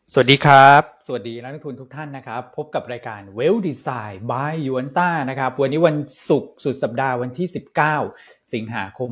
สวัสดีครับสวัสดีนักลงทุนทุกท่านนะครับพบกับรายการ Well Design by Yuanta นะครับวันนี้วันศุกร์สุดสัปดาห์วันที่19สิงหาคม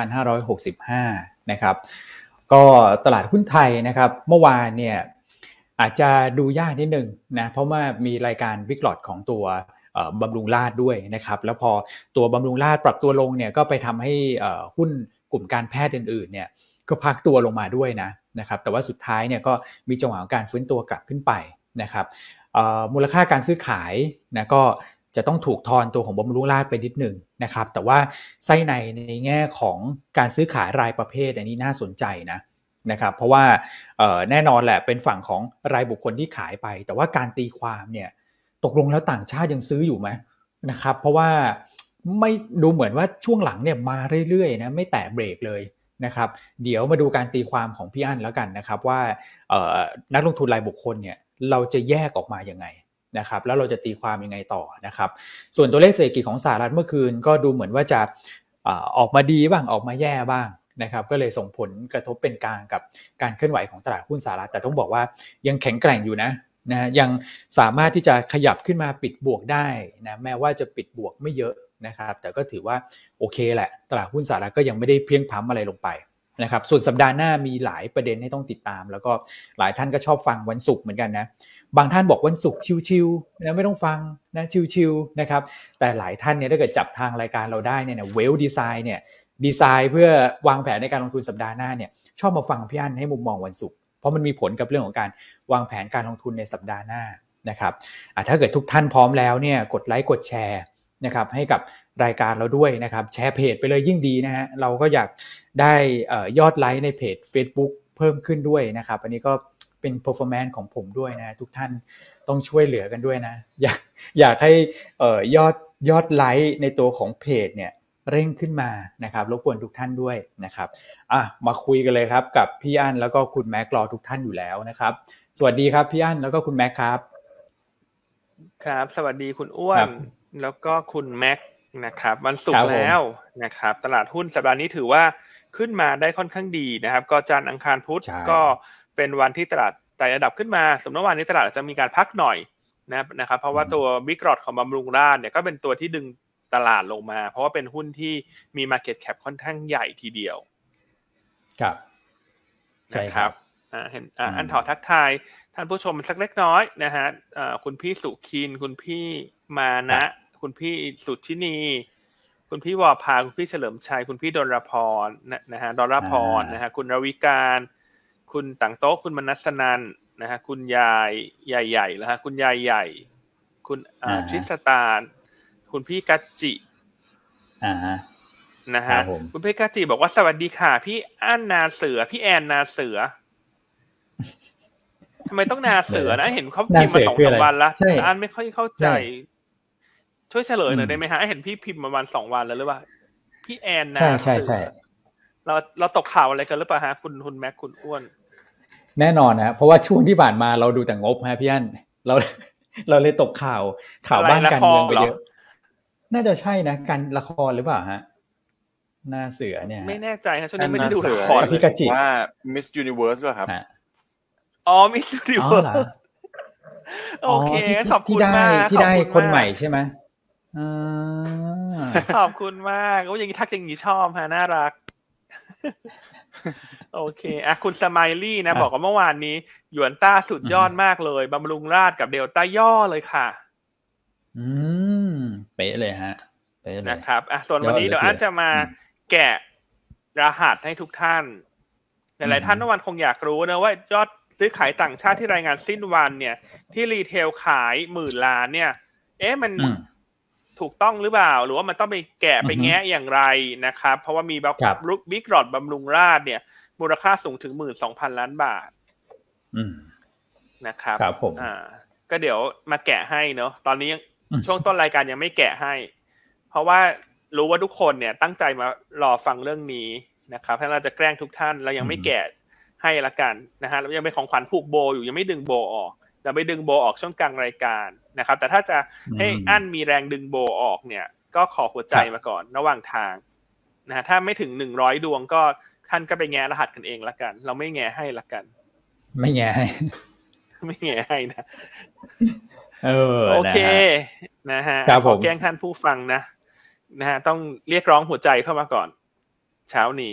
2565นะครับก็ตลาดหุ้นไทยนะครับเมื่อวานเนี่ยอาจจะดูยากนิดนึงนะเพราะว่ามีรายการวิกฤตของตัวบำรุงราษฎร์ด้วยนะครับแล้วพอตัวบำรุงราษฎร์ปรับตัวลงเนี่ยก็ไปทำให้หุ้นกลุ่มการแพทย์อื่นๆเนี่ยก็พักตัวลงมาด้วยนะครับแต่ว่าสุดท้ายเนี่ยก็มีจังหวะของการฟื้นตัวกลับขึ้นไปนะครับมูลค่าการซื้อขายนะก็จะต้องถูกทอนตัวของบำรุงราษฎร์ไปนิดหนึ่งนะครับแต่ว่าไส้ในแง่ของการซื้อขายรายประเภทอันนี้น่าสนใจนะครับเพราะว่าแน่นอนแหละเป็นฝั่งของรายบุคคลที่ขายไปแต่ว่าการตีความเนี่ยตกลงแล้วต่างชาติยังซื้ออยู่ไหมนะครับเพราะว่าไม่ดูเหมือนว่าช่วงหลังเนี่ยมาเรื่อยๆนะไม่แตะเบรกเลยนะครับเดี๋ยวมาดูการตีความของพี่อั้นแล้วกันนะครับว่านักลงทุนรายบุคคลเนี่ยเราจะแยกออกมายังไงนะครับแล้วเราจะตีความยังไงต่อนะครับส่วนตัวเลขเศรษฐกิจของสหรัฐเมื่อคืนก็ดูเหมือนว่าจะออกมาดีบ้างออกมาแย่บ้างนะครับก็เลยส่งผลกระทบเป็นกลางกับการเคลื่อนไหวของตลาดหุ้นสหรัฐแต่ต้องบอกว่ายังแข็งแกร่งอยู่นะยังสามารถที่จะขยับขึ้นมาปิดบวกได้นะแม้ว่าจะปิดบวกไม่เยอะนะครับแต่ก็ถือว่าโอเคแหละตลาดหุ้นสหรัฐก็ยังไม่ได้เพลียงพล้ำอะไรลงไปนะครับส่วนสัปดาห์หน้ามีหลายประเด็นให้ต้องติดตามแล้วก็หลายท่านก็ชอบฟังวันศุกร์เหมือนกันนะบางท่านบอกวันศุกร์ชิลๆนะไม่ต้องฟังนะชิลๆนะครับแต่หลายท่านเนี่ยถ้าเกิดจับทางรายการเราได้เนี่ยเวลดีไซน์เนี่ยดีไซน์เพื่อวางแผนในการลงทุนสัปดาห์หน้าเนี่ยชอบมาฟังพี่อั้นให้มุมมองวันศุกร์เพราะมันมีผลกับเรื่องของการวางแผนการลงทุนในสัปดาห์หน้านะครับถ้าเกิดทุกท่านพร้อมแล้วเนี่ยกดไลค์กดแชร์นะครับให้กับรายการเราด้วยนะครับแชร์เพจไปเลยยิ่งดีนะฮะเราก็อยากได้ยอดไลค์ในเพจ Facebook เพิ่มขึ้นด้วยนะครับอันนี้ก็เป็น performance ของผมด้วยนะทุกท่านต้องช่วยเหลือกันด้วยนะอยากให้ยอดไลค์ในตัวของเพจเนี่ยเร่งขึ้นมานะครับรบกวนทุกท่านด้วยนะครับมาคุยกันเลยครับกับพี่อั้นแล้วก็คุณแม็กรอทุกท่านอยู่แล้วนะครับสวัสดีครับพี่อั้นแล้วก็คุณแม็กครับครับสวัสดีคุณอ้วนแล้วก็คุณแม็กนะครับวันศุกร์แล้วนะครับตลาดหุ้นสัปดาห์นี้ถือว่าขึ้นมาได้ค่อนข้างดีนะครับก็จันทร์อังคารพุธก็เป็นวันที่ตลาดไต่ระดับขึ้นมาสมมติว่าวันนี้ตลาดอาจจะมีการพักหน่อยนะครับเพราะว่าตัววิกฤตของบำรุงราษฎร์เนี่ยก็เป็นตัวที่ดึงตลาดลงมาเพราะว่าเป็นหุ้นที่มี market cap ค่อนข้างใหญ่ทีเดียวครับใช่ครับเห็นอันถอทักทายท่านผู้ชมสักเล็กน้อยนะฮะคุณพี่สุขินคุณพี่มานะคุณพี่สุทธินีคุณพี่วอภาคุณพี่เฉลิมชัยคุณพี่ดลพรนะฮะดลพรนะฮะคุณรวิการคุณต่างโต๊ะคุณมนัสนันนะฮะคุณยายใหญ่ๆแล้วฮะคุณยายใหญ่คุณทริสตานคุณพี่กัจจินะฮะคุณพี่กัจจิบอกว่าสวัสดีค่ะพี่อั้นนาเสือพี่แอนนาเสือทำไมต้องนาเสือนะเห็นเขาพิมพ์มา2-3 วันแล้วอ่านไม่ค่อยเข้าใจช่วยเฉลยหน่อยได้ไหมฮะเห็นพี่พิมพ์มาวัน2 วันแล้วหรือเปล่าพี่แอนนาเสือเราตกข่าวอะไรกันหรือเปล่าฮะคุณแม็กคุณอ้วนแน่นอนนะเพราะว่าช่วงที่ผ่านมาเราดูแต่งบฮะพี่อั้นเราเลยตกข่าวบ้านการเมืองไปเยอะน่าจะใช่นะการละครหรือเปล่าฮะหน้าเสือเนี่ยไม่แน่ใจครับช่วงนี้ไม่ได้ดูละครพี่กะจิว่า Miss Universe ป่ะครับ Miss Universe โอเคขอบคุณมากที่ได้คนใหม่ใช่ไหมขอบคุณมากอย่างนี้ทักอย่างนี้ชอบฮะน่ารักโอเคคุณสไมลี่นะบอกว่าเมื่อวานนี้หยวนต้าสุดยอดมากเลยบำรุงราษฎร์กับเดลต้าย่อเลยค่ะเป๊ะเลยฮะเป๊ะเลยนะครับส่วนวันนี้เดี๋ยวอันจะมาแกะรหัสให้ทุกท่านหลายๆท่านเมื่อวานคงอยากรู้นะว่ายอดซื้อขายต่างชาติที่รายงานสิ้นวันเนี่ยที่รีเทลขาย10,000 ล้านเนี่ยมันถูกต้องหรือเปล่าหรือว่ามันต้องไปแกะไปแงะอย่างไรนะครับเพราะว่ามีบิ๊กรอดบำรุงราษฎร์เนี่ยมูลค่าสูงถึง 12,000 ล้านบาทนะครับก็เดี๋ยวมาแกะให้เนาะตอนนี้ช่วงต้นรายการยังไม่แกะให้เพราะว่ารู้ว่าทุกคนเนี่ยตั้งใจมารอฟังเรื่องนี้นะครับถ้าเราจะแกล้งทุกท่านเรายังไม่แกะให้ละกันนะฮะเรายังเป็นของขวัญผูกโบอยู่ยังไม่ดึงโบออกเราไปดึงโบออกช่วงกลางรายการนะครับแต่ถ้าจะให้อั้นมีแรงดึงโบออกเนี่ยก็ขอหัวใจมาก่อนระหว่างทางนะฮะถ้าไม่ถึง100ดวงก็ท่านก็ไปแงะรหัสกันเองละกันเราไม่แงะให้ละกันไม่แงะให้ไม่แง่ให้นะโอเคนะฮะขอแกล้งท่านผู้ฟังนะฮะต้องเรียกร้องหัวใจเข้ามาก่อนเช้านี้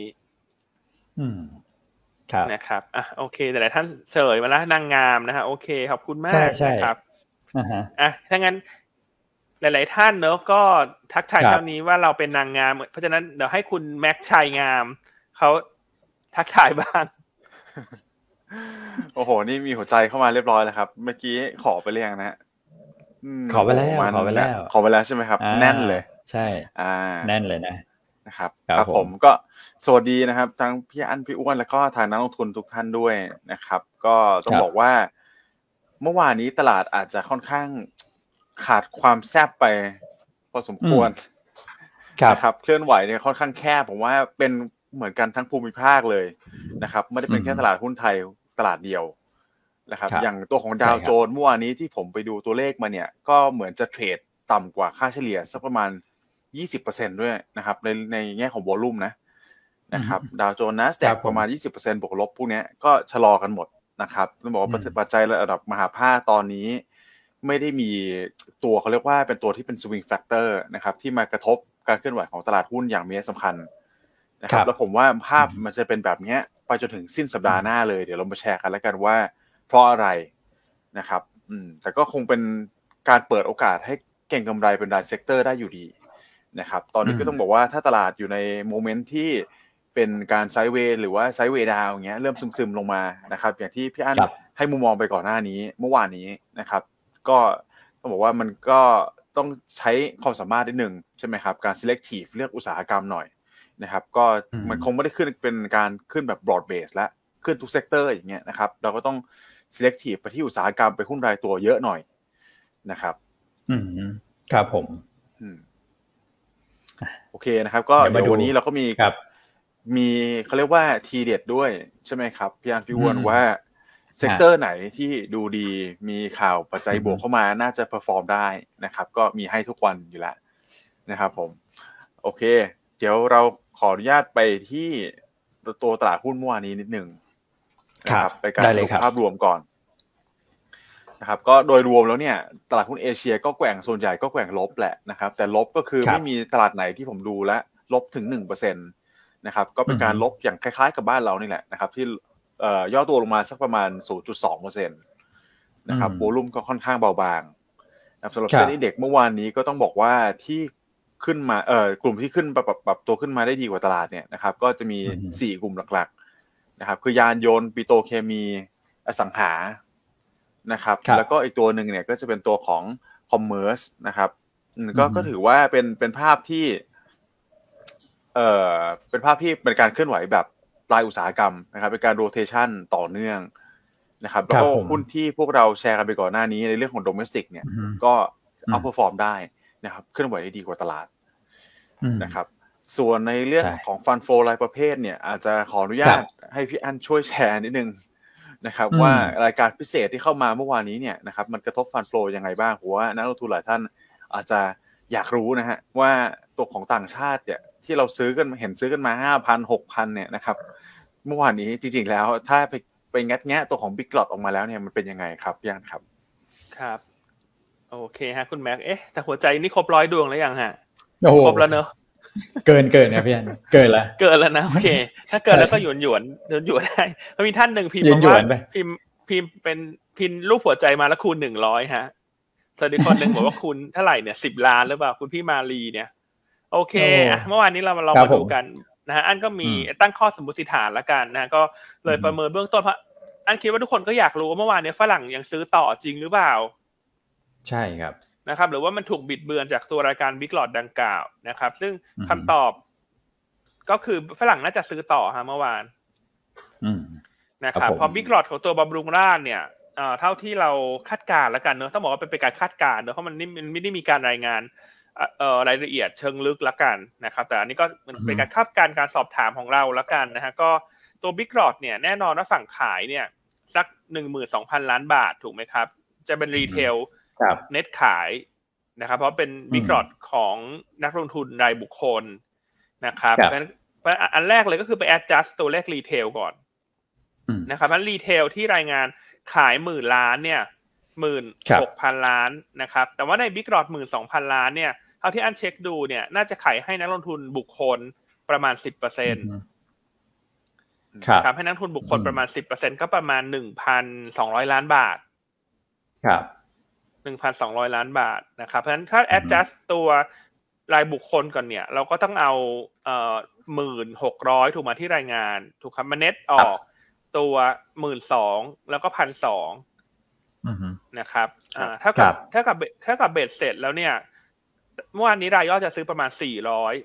ครับนะครับโอเคแต่หลายท่านเฉลยมาแล้วนางงามนะฮะโอเคขอบคุณมากนะครับถ้างั้นหลายๆท่านเนอะก็ทักทายเช้านี้ว่าเราเป็นนางงามเพราะฉะนั้นเดี๋ยวให้คุณแม็กชัยงามเขาทักทายบ้างโอ้โหนี่มีหัวใจเข้ามาเรียบร้อยแล้วครับเมื่อกี้ขอไปเรียงนะฮะขอไปแล้วใช่ไหมครับแน่นเลยใช่แน่นเลยนะครับผมก็สวัสดีนะครับทั้งพี่อั้นพี่อ้วนแล้วก็ทางนักลงทุนทุกท่านด้วยนะครับก็ต้องบอกว่าเมื่อวานนี้ตลาดอาจจะค่อนข้างขาดความแซ่บไปพอสมควรนะครับเคลื่อนไหวเนี่ยค่อนข้างแคบผมว่าเป็นเหมือนกันทั้งภูมิภาคเลยนะครับไม่ได้เป็นแค่ตลาดหุ้นไทยตลาดเดียวนะครับอย่างตัวของดาวโจนส์เมื่อวานนี้ที่ผมไปดูตัวเลขมาเนี่ยก็เหมือนจะเทรดต่ำกว่าค่าเฉลี่ยสักประมาณ 20% ด้วยนะครับในแง่ของวอลลุ่มนะครับดาวโจนส์ NASDAQ ประมาณ 20% บวกลบพวกนี้ก็ชะลอกันหมดนะครับต้องบอกว่าปัจจัยระดับมหาภาคตอนนี้ไม่ได้มีตัวเขาเรียกว่าเป็นตัวที่เป็น swing factor นะครับที่มากระทบการเคลื่อนไหวของตลาดหุ้นอย่างมีนัยสำคัญนะครับแล้วผมว่าภาพมันจะเป็นแบบนี้ไปจนถึงสิ้นสัปดาห์หน้าเลยเดี๋ยวเรามาแชร์กันแล้วกันว่าเพราะอะไรนะครับแต่ก็คงเป็นการเปิดโอกาสให้เก็งกำไรเป็นรายเซกเตอร์ได้อยู่ดีนะครับตอนนี้ก็ต้องบอกว่าถ้าตลาดอยู่ในโมเมนต์ที่เป็นการไซด์เวย์หรือว่าไซด์เวย์ดาวอย่างเงี้ยเริ่มซึมๆลงมานะครับอย่างที่พี่อั้นให้มุมมองไปก่อนหน้านี้เมื่อวานนี้นะครับก็ต้องบอกว่ามันก็ต้องใช้ความสามารถนิดนึงใช่ไหมครับการ selective เลือกอุตสาหกรรมหน่อยนะครับก็มันคงไม่ได้ขึ้นเป็นการขึ้นแบบ broad base แล้วขึ้นทุกเซกเตอร์อย่างเงี้ยนะครับเราก็ต้อง selective ไปที่อุตสาหกรรมไปหุ้นรายตัวเยอะหน่อยนะครับครับผมโอเคนะครับก็เดี๋ยววันนี้เราก็มีเขาเรียกว่าทีเด็ดด้วยใช่ไหมครับพี่อันพี่อ้วนว่าเซกเตอร์ไหนที่ดูดีมีข่าวปัจจัยบวกเข้ามาน่าจะเพอร์ฟอร์มได้นะครับก็มีให้ทุกวันอยู่แล้วนะครับผมโอเคเดี๋ยวเราขออนุญาตไปที่ตัวตลาดหุ้นเมื่อวานนี้นิดนึงนะครับไปการสรุปภาพรวมก่อนนะครับก็โดยรวมแล้วเนี่ยตลาดหุ้นเอเชียก็แกว่งส่วนใหญ่ก็แกว่งลบแหละนะครับแต่ลบก็คือไม่มีตลาดไหนที่ผมดูแล้วลบถึง 1% นะครับก็เป็นการลบอย่างคล้ายๆกับบ้านเรานี่แหละนะครับที่ย่อตัวลงมาสักประมาณ 0.2% นะครับโวลุ่มก็ค่อนข้างเบาบางนะครับสำหรับเซ็นดีเด็กเมื่อวานนี้ก็ต้องบอกว่าที่ขึ้นมากลุ่มที่ขึ้นปรับตัวขึ้นมาได้ดีกว่าตลาดเนี่ยนะครับก็จะมี4กลุ่มหลักๆนะครับคือยานยนต์ปิโตรเคมีอสังหานะครับแล้วก็อีกตัวนึงเนี่ยก็จะเป็นตัวของคอมเมอร์สนะครับก็ถือว่าเป็นภาพที่เป็นภาพที่เป็นการเคลื่อนไหวแบบรายอุตสาหกรรมนะครับเป็นการโรเทชันต่อเนื่องนะครับแล้วก็หุ้นที่พวกเราแชร์กันไปก่อนหน้านี้ในเรื่องของโดเมสติกเนี่ยก็เอาเพอร์ฟอร์มได้นะครับเคลื่อนไหวได้ดีกว่าตลาดนะครับส่วนในเรื่องของฟันโฟรายประเภทเนี่ยอาจจะขออนุญาตให้พี่อั้นช่วยแชร์นิดนึงนะครับว่ารายการพิเศษที่เข้ามาเมื่อวานนี้เนี่ยนะครับมันกระทบฟันโฟลยังไงบ้างผมว่านักลงทุนหลายท่านอาจจะอยากรู้นะฮะว่าตัวของต่างชาติเนี่ยที่เราซื้อกันเห็นซื้อกันมา 5,000 6,000 เนี่ยนะครับเมื่อวานนี้จริงๆแล้วถ้าไปงัดแงะตัวของ Big Lot ออกมาแล้วเนี่ยมันเป็นยังไงครับพี่อั้นครับครับโอเคฮะคุณแม็กแต่หัวใจนี่ครบ100ดวงแล้วยังฮะครบแล้วเนอะเกินนะพี่อันเกินแล้วนะโอเคถ้าเกินแล้วก็หยวนได้มีท่านหนึ่งพิมพ์บอกว่าพิมพ์เป็นพิมพ์รูปหัวใจมาแล้วคูณ100ฮะสวัสดีคนนึงบอกว่าคูณเท่าไหร่เนี่ย10ล้านหรือเปล่าคุณพี่มาลีเนี่ยโอเคเมื่อวานนี้เรามาดูกันนะฮะอันก็มีตั้งข้อสมมติฐานละกันนะก็เลยประเมินเบื้องต้นเพราะอันคิดว่าทุกคนก็อยากรู้ว่าเมื่อวานนี้ฝรั่งยังซื้อต่อจริงหรือเปล่าใช่ครับนะครับหรือว่ามันถูกบิดเบือนจากตัวรายการ Big Lot ดังกล่าวนะครับซึ่งคำตอบก็คือฝรั่งน่าจะซื้อต่อฮะเมื่อวานนะครับพอ Big Lot ของตัวบำรุงราษฎร์เนี่ยเท่าที่เราคาดการณ์แล้วกันเนอะต้องบอกว่าเป็นการคาดการณ์เนอะเพราะมันไม่ได้มีการรายงานรายละเอียดเชิงลึกละกันนะครับแต่อันนี้ก็เป็นการคาดการณ์การสอบถามของเราละกันนะฮะก็ตัว Big Lot เนี่ยแน่นอนว่าฝั่งขายเนี่ยสัก 12,000 ล้านบาทถูกไหมครับจะเป็นรีเทลเน็ตขายนะครับเพราะเป็น Big Lot ของนักลงทุนรายบุคคลนะครับอันแรกเลยก็คือไป adjust ตัวเลขรีเทลก่อนนะครับมันรีเทลที่รายงานขาย10,000 ล้านเนี่ย 16,000 ล้านนะครับแต่ว่าใน Big Lot 12,000 ล้านเนี่ยเท่าที่อันเช็คดูเนี่ยน่าจะขายให้นักลงทุนบุคคลประมาณ 10% ครับให้นักลงทุนบุคคลประมาณ 10% ก็ประมาณ 1,200 ล้านบาทครับ 1,200 ล้านบาทนะครับเพราะฉะนั้นถ้า adjust ตัวรายบุคคลก่อนเนี่ยเราก็ต้องเอา1,600 ถูกมาที่รายงานถูกครับมาเน็ตออกตัว 12,000 แล้วก็ 1,200 นะครับถ้ากับเบ็ดเสร็จแล้วเนี่ยเมื่อวานนี้รายย่อยจะซื้อประมาณ400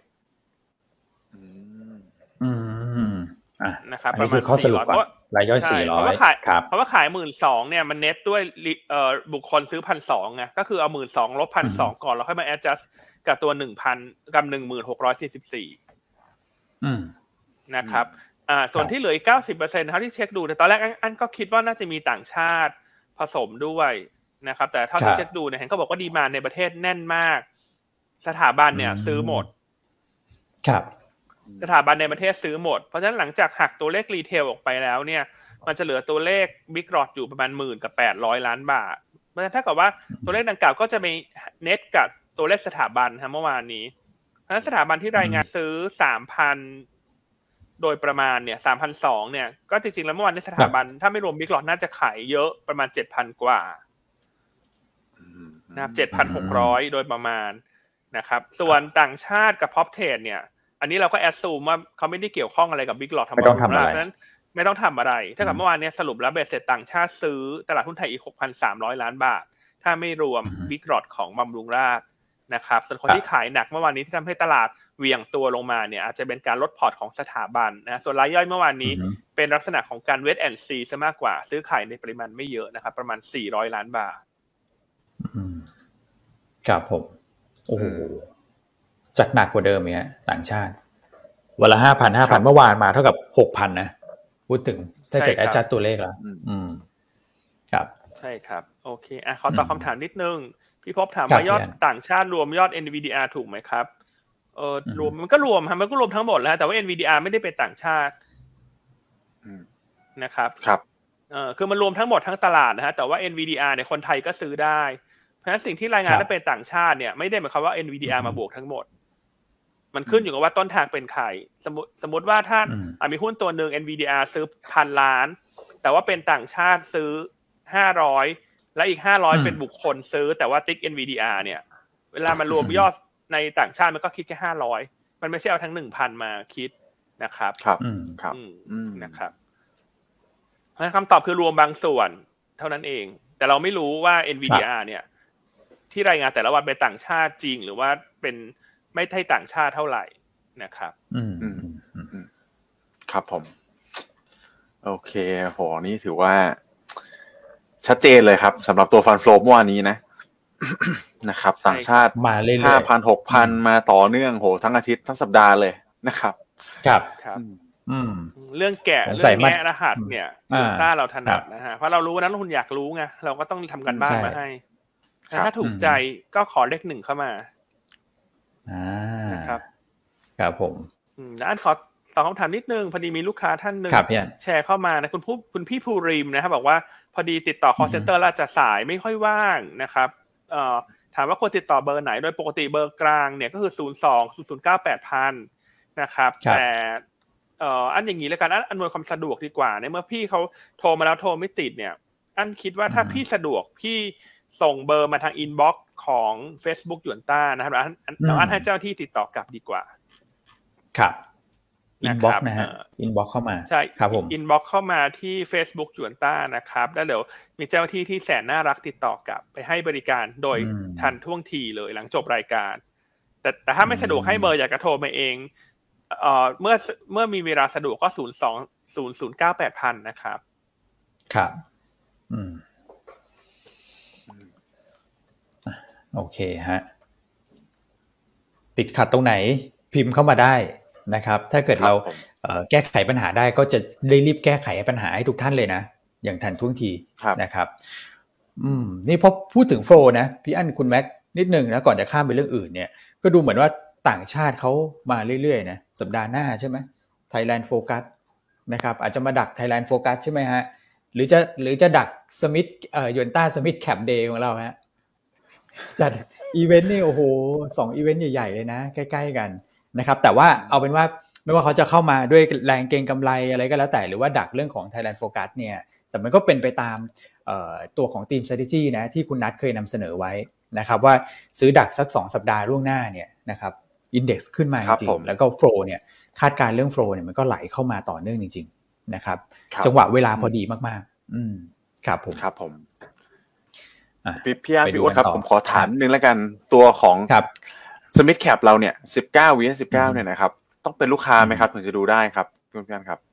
นะครับประมาณ400เพราะรายย่อย400 ครับเพราะว่าขาย 12,000 เนี่ยมันเน็ตด้วยบุคคลซื้อ 1,200 ไงก็คือเอา 12,000 ลบ 1,200 ก่อนแล้วค่อยมา adjust กับตัว 1,000 กับ 1,644 นะครับส่วนที่เหลืออีก 90% เท่าที่เช็คดูแต่ตอนแรกอันก็คิดว่าน่าจะมีต่างชาติผสมด้วยนะครับแต่เท่าที่เช็คดูเนี่ยเห็นเขาบอกว่าดีมานด์ในประเทศแน่นมากสถาบันเนี่ยซื้อหมดครับสถาบันในประเทศซื้อหมดเพราะฉะนั้นหลังจากหักตัวเลขรีเทลออกไปแล้วเนี่ยมันจะเหลือตัวเลข Big Lot อยู่ประมาณ 10,800 ล้านบาทเพราะฉะนั้นถ้าเกิดว่าตัวเลขดังกล่าวก็จะมีเน็ตกับตัวเลขสถาบันเมื่อวานนี้เพราะฉะนั้นสถาบันที่รายงานซื้อ 3,000 โดยประมาณเนี่ย 3,200 เนี่ยก็จริงๆแล้วเมื่อวานนี้สถาบันถ้าไม่รวม Big Lot น่าจะขายเยอะประมาณ 7,000 กว่านะครับ 7,600 โดยประมาณนะครับส่วนต่างชาติกับ Prop Trade เนี่ยอันนี้เราก็แอดซูมว่าเขาไม่ได้เกี่ยวข้องอะไรกับ Big Lot ไม่ต้องทำอะไรเพราะฉะนั้นไม่ต้องทำอะไรถ้ากับเมื่อวานนี้สรุปแล้วเบ็ดเสร็จต่างชาติซื้อตลาดหุ้นไทยอีก 6,300 ล้านบาทถ้าไม่รวม Big Lot ของบำรุงราษฎร์นะครับส่วนคนที่ขายหนักเมื่อวานนี้ที่ทำให้ตลาดเหวี่ยงตัวลงมาเนี่ยอาจจะเป็นการลดพอร์ตของสถาบันนะส่วนรายย่อยเมื่อวานนี้เป็นลักษณะของการเวทแอนด์ซีซะมากกว่าซื้อขายในปริมาณไม่เยอะนะครับประมาณ400 ล้านบาทครับผมโอ้โหจัดหนักกว่าเดิมอีกฮะต่างชาติวันละ 5,000 เมื่อวานมาเท่ากับ 6,000 นะพูดถึงถ้าเกิดแอดจัดตัวเลขแล้วครับใช่ครับโอเคขอตอบคำถามนิดนึงพี่พบถามว่ายอดต่างชาติรวมยอด NVDR ถูกไหมครับรวมมันก็รวมครับมันก็รวมทั้งหมดแล้วแต่ว่า NVDR ไม่ได้เป็นต่างชาตินะครับครับคือมันรวมทั้งหมดทั้งตลาดนะฮะแต่ว่า NVDR เนี่ยคนไทยก็ซื้อได้เพราะฉะนั้นสิ่งที่รายงานถ้าเป็นต่างชาติเนี่ยไม่ได้หมายความว่า NVDR มาบวกทั้งหมดมันขึ้นอยู่กับว่าต้นทางเป็นใครสมมติว่าถ้ามีหุ้นตัวนึง NVDR ซื้อ 1,000 ล้านแต่ว่าเป็นต่างชาติซื้อ500และอีก500เป็นบุคคลซื้อแต่ว่าติ๊ก NVDR เนี่ยเวลามันรวมยอดในต่างชาติมันก็คิดแค่500มันไม่ใช่เอาทั้ง 1,000 มาคิดนะครับครับนะครับเพราะฉะนั้นคำตอบคือรวมบางส่วนเท่านั้นเองแต่เราไม่รู้ว่า NVDR เนี่ยที่รายงานแต่ละวันเป็นต่างชาติจริงหรือว่าเป็นไม่ใช่ต่างชาติเท่าไหร่นะครับครับผมโอเคโหนี่ถือว่าชัดเจนเลยครับสำหรับตัวฟันโฟลเมื่อวานนี้นะครับต่างชาติมาเรื่อยๆ 5,000 6,000 มาต่อเนื่องโหทั้งอาทิตย์ทั้งสัปดาห์เลยนะครับครับเรื่องแกะเรื่องแงะรหัสเนี่ยถ้าเราถนัดนะฮะเพราะเรารู้ว่านักลงทุนอยากรู้ไงเราก็ต้องทำกันบ้านมาให้ถ้าถูกใจก็ขอเลข1เข้ามานะครับครับผมอันขอตอบคำถามนิดนึงพอดีมีลูกค้าท่านนึงแชร์เข้ามานะคุณพี่ภูริมนะครับบอกว่าพอดีติดต่อ call center แล้วจะสายไม่ค่อยว่างนะครับถามว่าควรติดต่อเบอร์ไหนโดยปกติเบอร์กลางเนี่ยก็คือ02-009-8000นะครับแต่อันอย่างนี้แล้วกันอำนวยความสะดวกดีกว่าในเมื่อพี่เขาโทรมาแล้วโทรไม่ติดเนี่ยอันคิดว่าถ้าพี่สะดวกพี่ส่งเบอร์มาทางอินบ็อกซ์ของ Facebook หยวนต้านะครับแล้วอันให้เจ้าที่ติดต่อกลับดีกว่าครับอินบ็อกซ์นะฮะอินบ็อกซ์เข้ามาใช่ครับผมอินบ็อกซ์เข้ามาที่ Facebook หยวนต้านะครับแล้วเดี๋ยวมีเจ้าที่ที่แสนน่ารักติดต่อกลับไปให้บริการโดยทันท่วงทีเลยหลังจบรายการแต่ถ้าไม่สะดวกให้เบอร์อยากจะโทรมาเองเมื่อมีเวลาสะดวกก็02-009-8000นะครับครับโอเคฮะติดขัดตรงไหนพิมพ์เข้ามาได้นะครับถ้าเกิดเราแก้ไขปัญหาได้ก็จะได้รีบแก้ไขปัญหาให้ทุกท่านเลยนะอย่างทันท่วงทีนะครับนี่พอพูดถึงโฟลว์นะพี่อั้นคุณแม็กนิดนึงนะก่อนจะข้ามไปเรื่องอื่นเนี่ยก็ดูเหมือนว่าต่างชาติเขามาเรื่อยๆนะสัปดาห์หน้าใช่ไหม Thailand Focus นะครับอาจจะมาดัก Thailand Focus ใช่ไหมฮะหรือจะดักสมิธยวนต้าสมิธแคปเดย์ของเราฮะจัดอีเวนต์นี่โอ้โห2อีเวนต์ใหญ่ๆเลยนะใกล้ๆกันนะครับแต่ว่าเอาเป็นว่าไม่ว่าเขาจะเข้ามาด้วยแรงเก็งกำไรอะไรก็แล้วแต่หรือว่าดักเรื่องของ Thailand Focus เนี่ยแต่มันก็เป็นไปตามตัวของ Team Strategy นะที่คุณนัทเคยนำเสนอไว้นะครับว่าซื้อดักสัก2สัปดาห์ล่วงหน้าเนี่ยนะครับอินเด็กซ์ขึ้นมาจริงๆแล้วก็โฟลว์เนี่ยคาดการเรื่องโฟลว์เนี่ยมันก็ไหลเข้ามาต่อเนื่องจริงๆนะครับจังหวะเวลาพอดีมากๆครับผมพี่อาร์พี่อ้วนครับผมขอถามนึงแล้วกันตัวของสมิธแคปเราเนี่ย19 vs 19เนี่ยนะครับต้องเป็นลูกค้าไหมครับถึงจะดูได้ครับเพื่อนๆครับ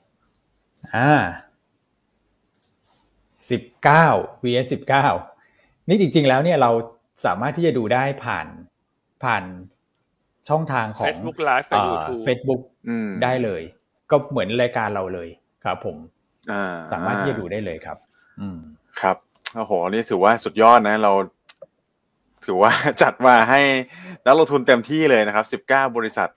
19 vs 19นี่จริงๆแล้วเนี่ยเราสามารถที่จะดูได้ผ่านช่องทางของ Facebook Live กับ YouTube Facebook ได้เลยก็เหมือนรายการเราเลยครับผมสามารถที่จะดูได้เลยครับครับโอ้โหนี่ถือว่าสุดยอดนะเราถือว่าจัดมาให้นักลงทุนเต็มที่เลยนะครับ19บริษัท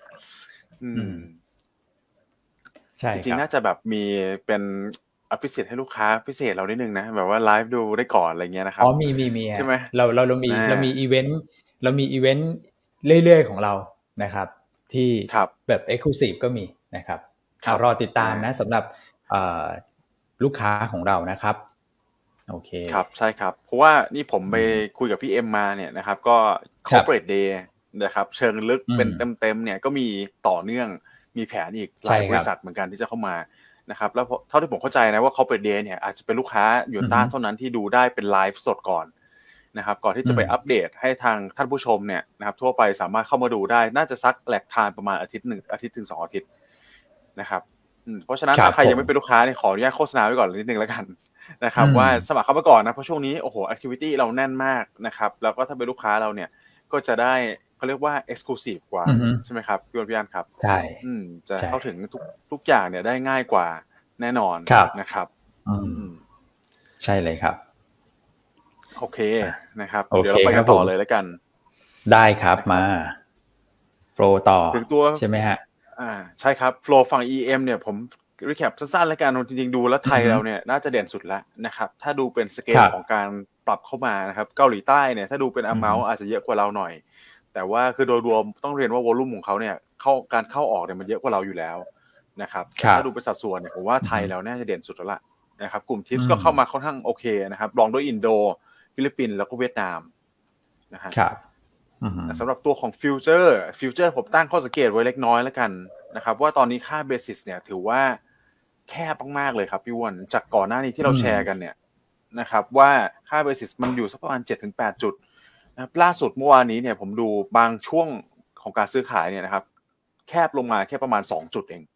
ใช่จริงๆน่าจะแบบมีเป็นอภิสิทธิ์ให้ลูกค้าพิเศษเรานิดนึงนะแบบว่าไลฟ์ดูได้ก่อนอะไรเงี้ยนะครับมีใช่ไหมเรามีอีเวนต์เรื่อยๆของเรานะครับที่แบบ Exclusive ก็มีนะครับรอติดตามนะสำหรับลูกค้าของเรานะครับโอเคครับใช่ครับเพราะว่านี่ผมไปคุยกับพี่เอ็มมาเนี่ยนะครับก็ Corporate Day นะครับเชิงลึกเป็นเต็มๆเนี่ยก็มีต่อเนื่องมีแผนอีกหลายบริษัทเหมือนกันที่จะเข้ามานะครับแล้วเท่าที่ผมเข้าใจนะว่า Corporate Day เนี่ยอาจจะเป็นลูกค้ายูนต้าเท่านั้นที่ดูได้เป็นไลฟ์สดก่อนนะครับก่อนที่จะไปอัปเดตให้ทางท่านผู้ชมเนี่ยนะครับทั่วไปสามารถเข้ามาดูได้น่าจะซักแหลกทานประมาณอาทิตย์ถึง2อาทิตย์นะครับเพราะฉะนั้นถ้าใครยังไม่เป็นลูกค้าเนี่ยขออนุญาตโฆษณาไว้ก่อนนิดนึงแล้วกันนะครับว่าสมัครเข้ามาก่อนนะเพราะช่วงนี้โอ้โหแอคทิวิตี้เราแน่นมากนะครับแล้วก็ถ้าเป็นลูกค้าเราเนี่ยก็จะได้เขาเรียกว่า exclusive กว่าใช่ไหมครับพี่อันครับใช่จะเข้าถึงทุกอย่างเนี่ยได้ง่ายกว่าแน่นอนนะครับใช่เลยครับโอเคนะครับเดี๋ยวเราไปกันต่อเลยแล้วกันได้ครับมาโฟลต่อถึงตัวใช่ไหมฮะใช่ครับโฟลฝั่ง EM เนี่ยผมรีแคปสั้นๆแล้วกันจริงๆดูแล้วไทยเราเนี่ยน่าจะเด่นสุดแล้วนะครับถ้าดูเป็นสเกลของการปรับเข้ามานะครับเกาหลีใต้เนี่ยถ้าดูเป็น amount อาจจะเยอะกว่าเราหน่อยแต่ว่าคือโดยรวมต้องเรียนว่าวอลลุ่มของเขาเนี่ยการเข้าออกเนี่ยมันเยอะกว่าเราอยู่แล้วนะครับถ้าดูเป็นสัดส่วนเนี่ยผมว่าไทยเราน่าจะเด่นสุดแล้วล่ะนะครับกลุ่มทิปส์ก็เข้ามาค่อนข้างโอเคนะครับรองด้วยอินโดฟิลิปปินส์แล้วก็เวียดนามนะฮะสำหรับตัวของฟิวเจอร์ผมตั้งข้อสังเกตไว้เล็กน้อยแล้วกันนะครับว่าตอนนี้ค่าเบสิสเนี่ยถือว่าแคบมากๆเลยครับพี่วอนจากก่อนหน้านี้ที่เราแชร์กันเนี่ยนะครับว่าค่าเบสิสมันอยู่สักประมาณ 7-8 จุดนะล่าสุดเมื่อวานนี้เนี่ยผมดูบางช่วงของการซื้อขายเนี่ยนะครับแคบลงมาแค่ประมาณ2จุดเอง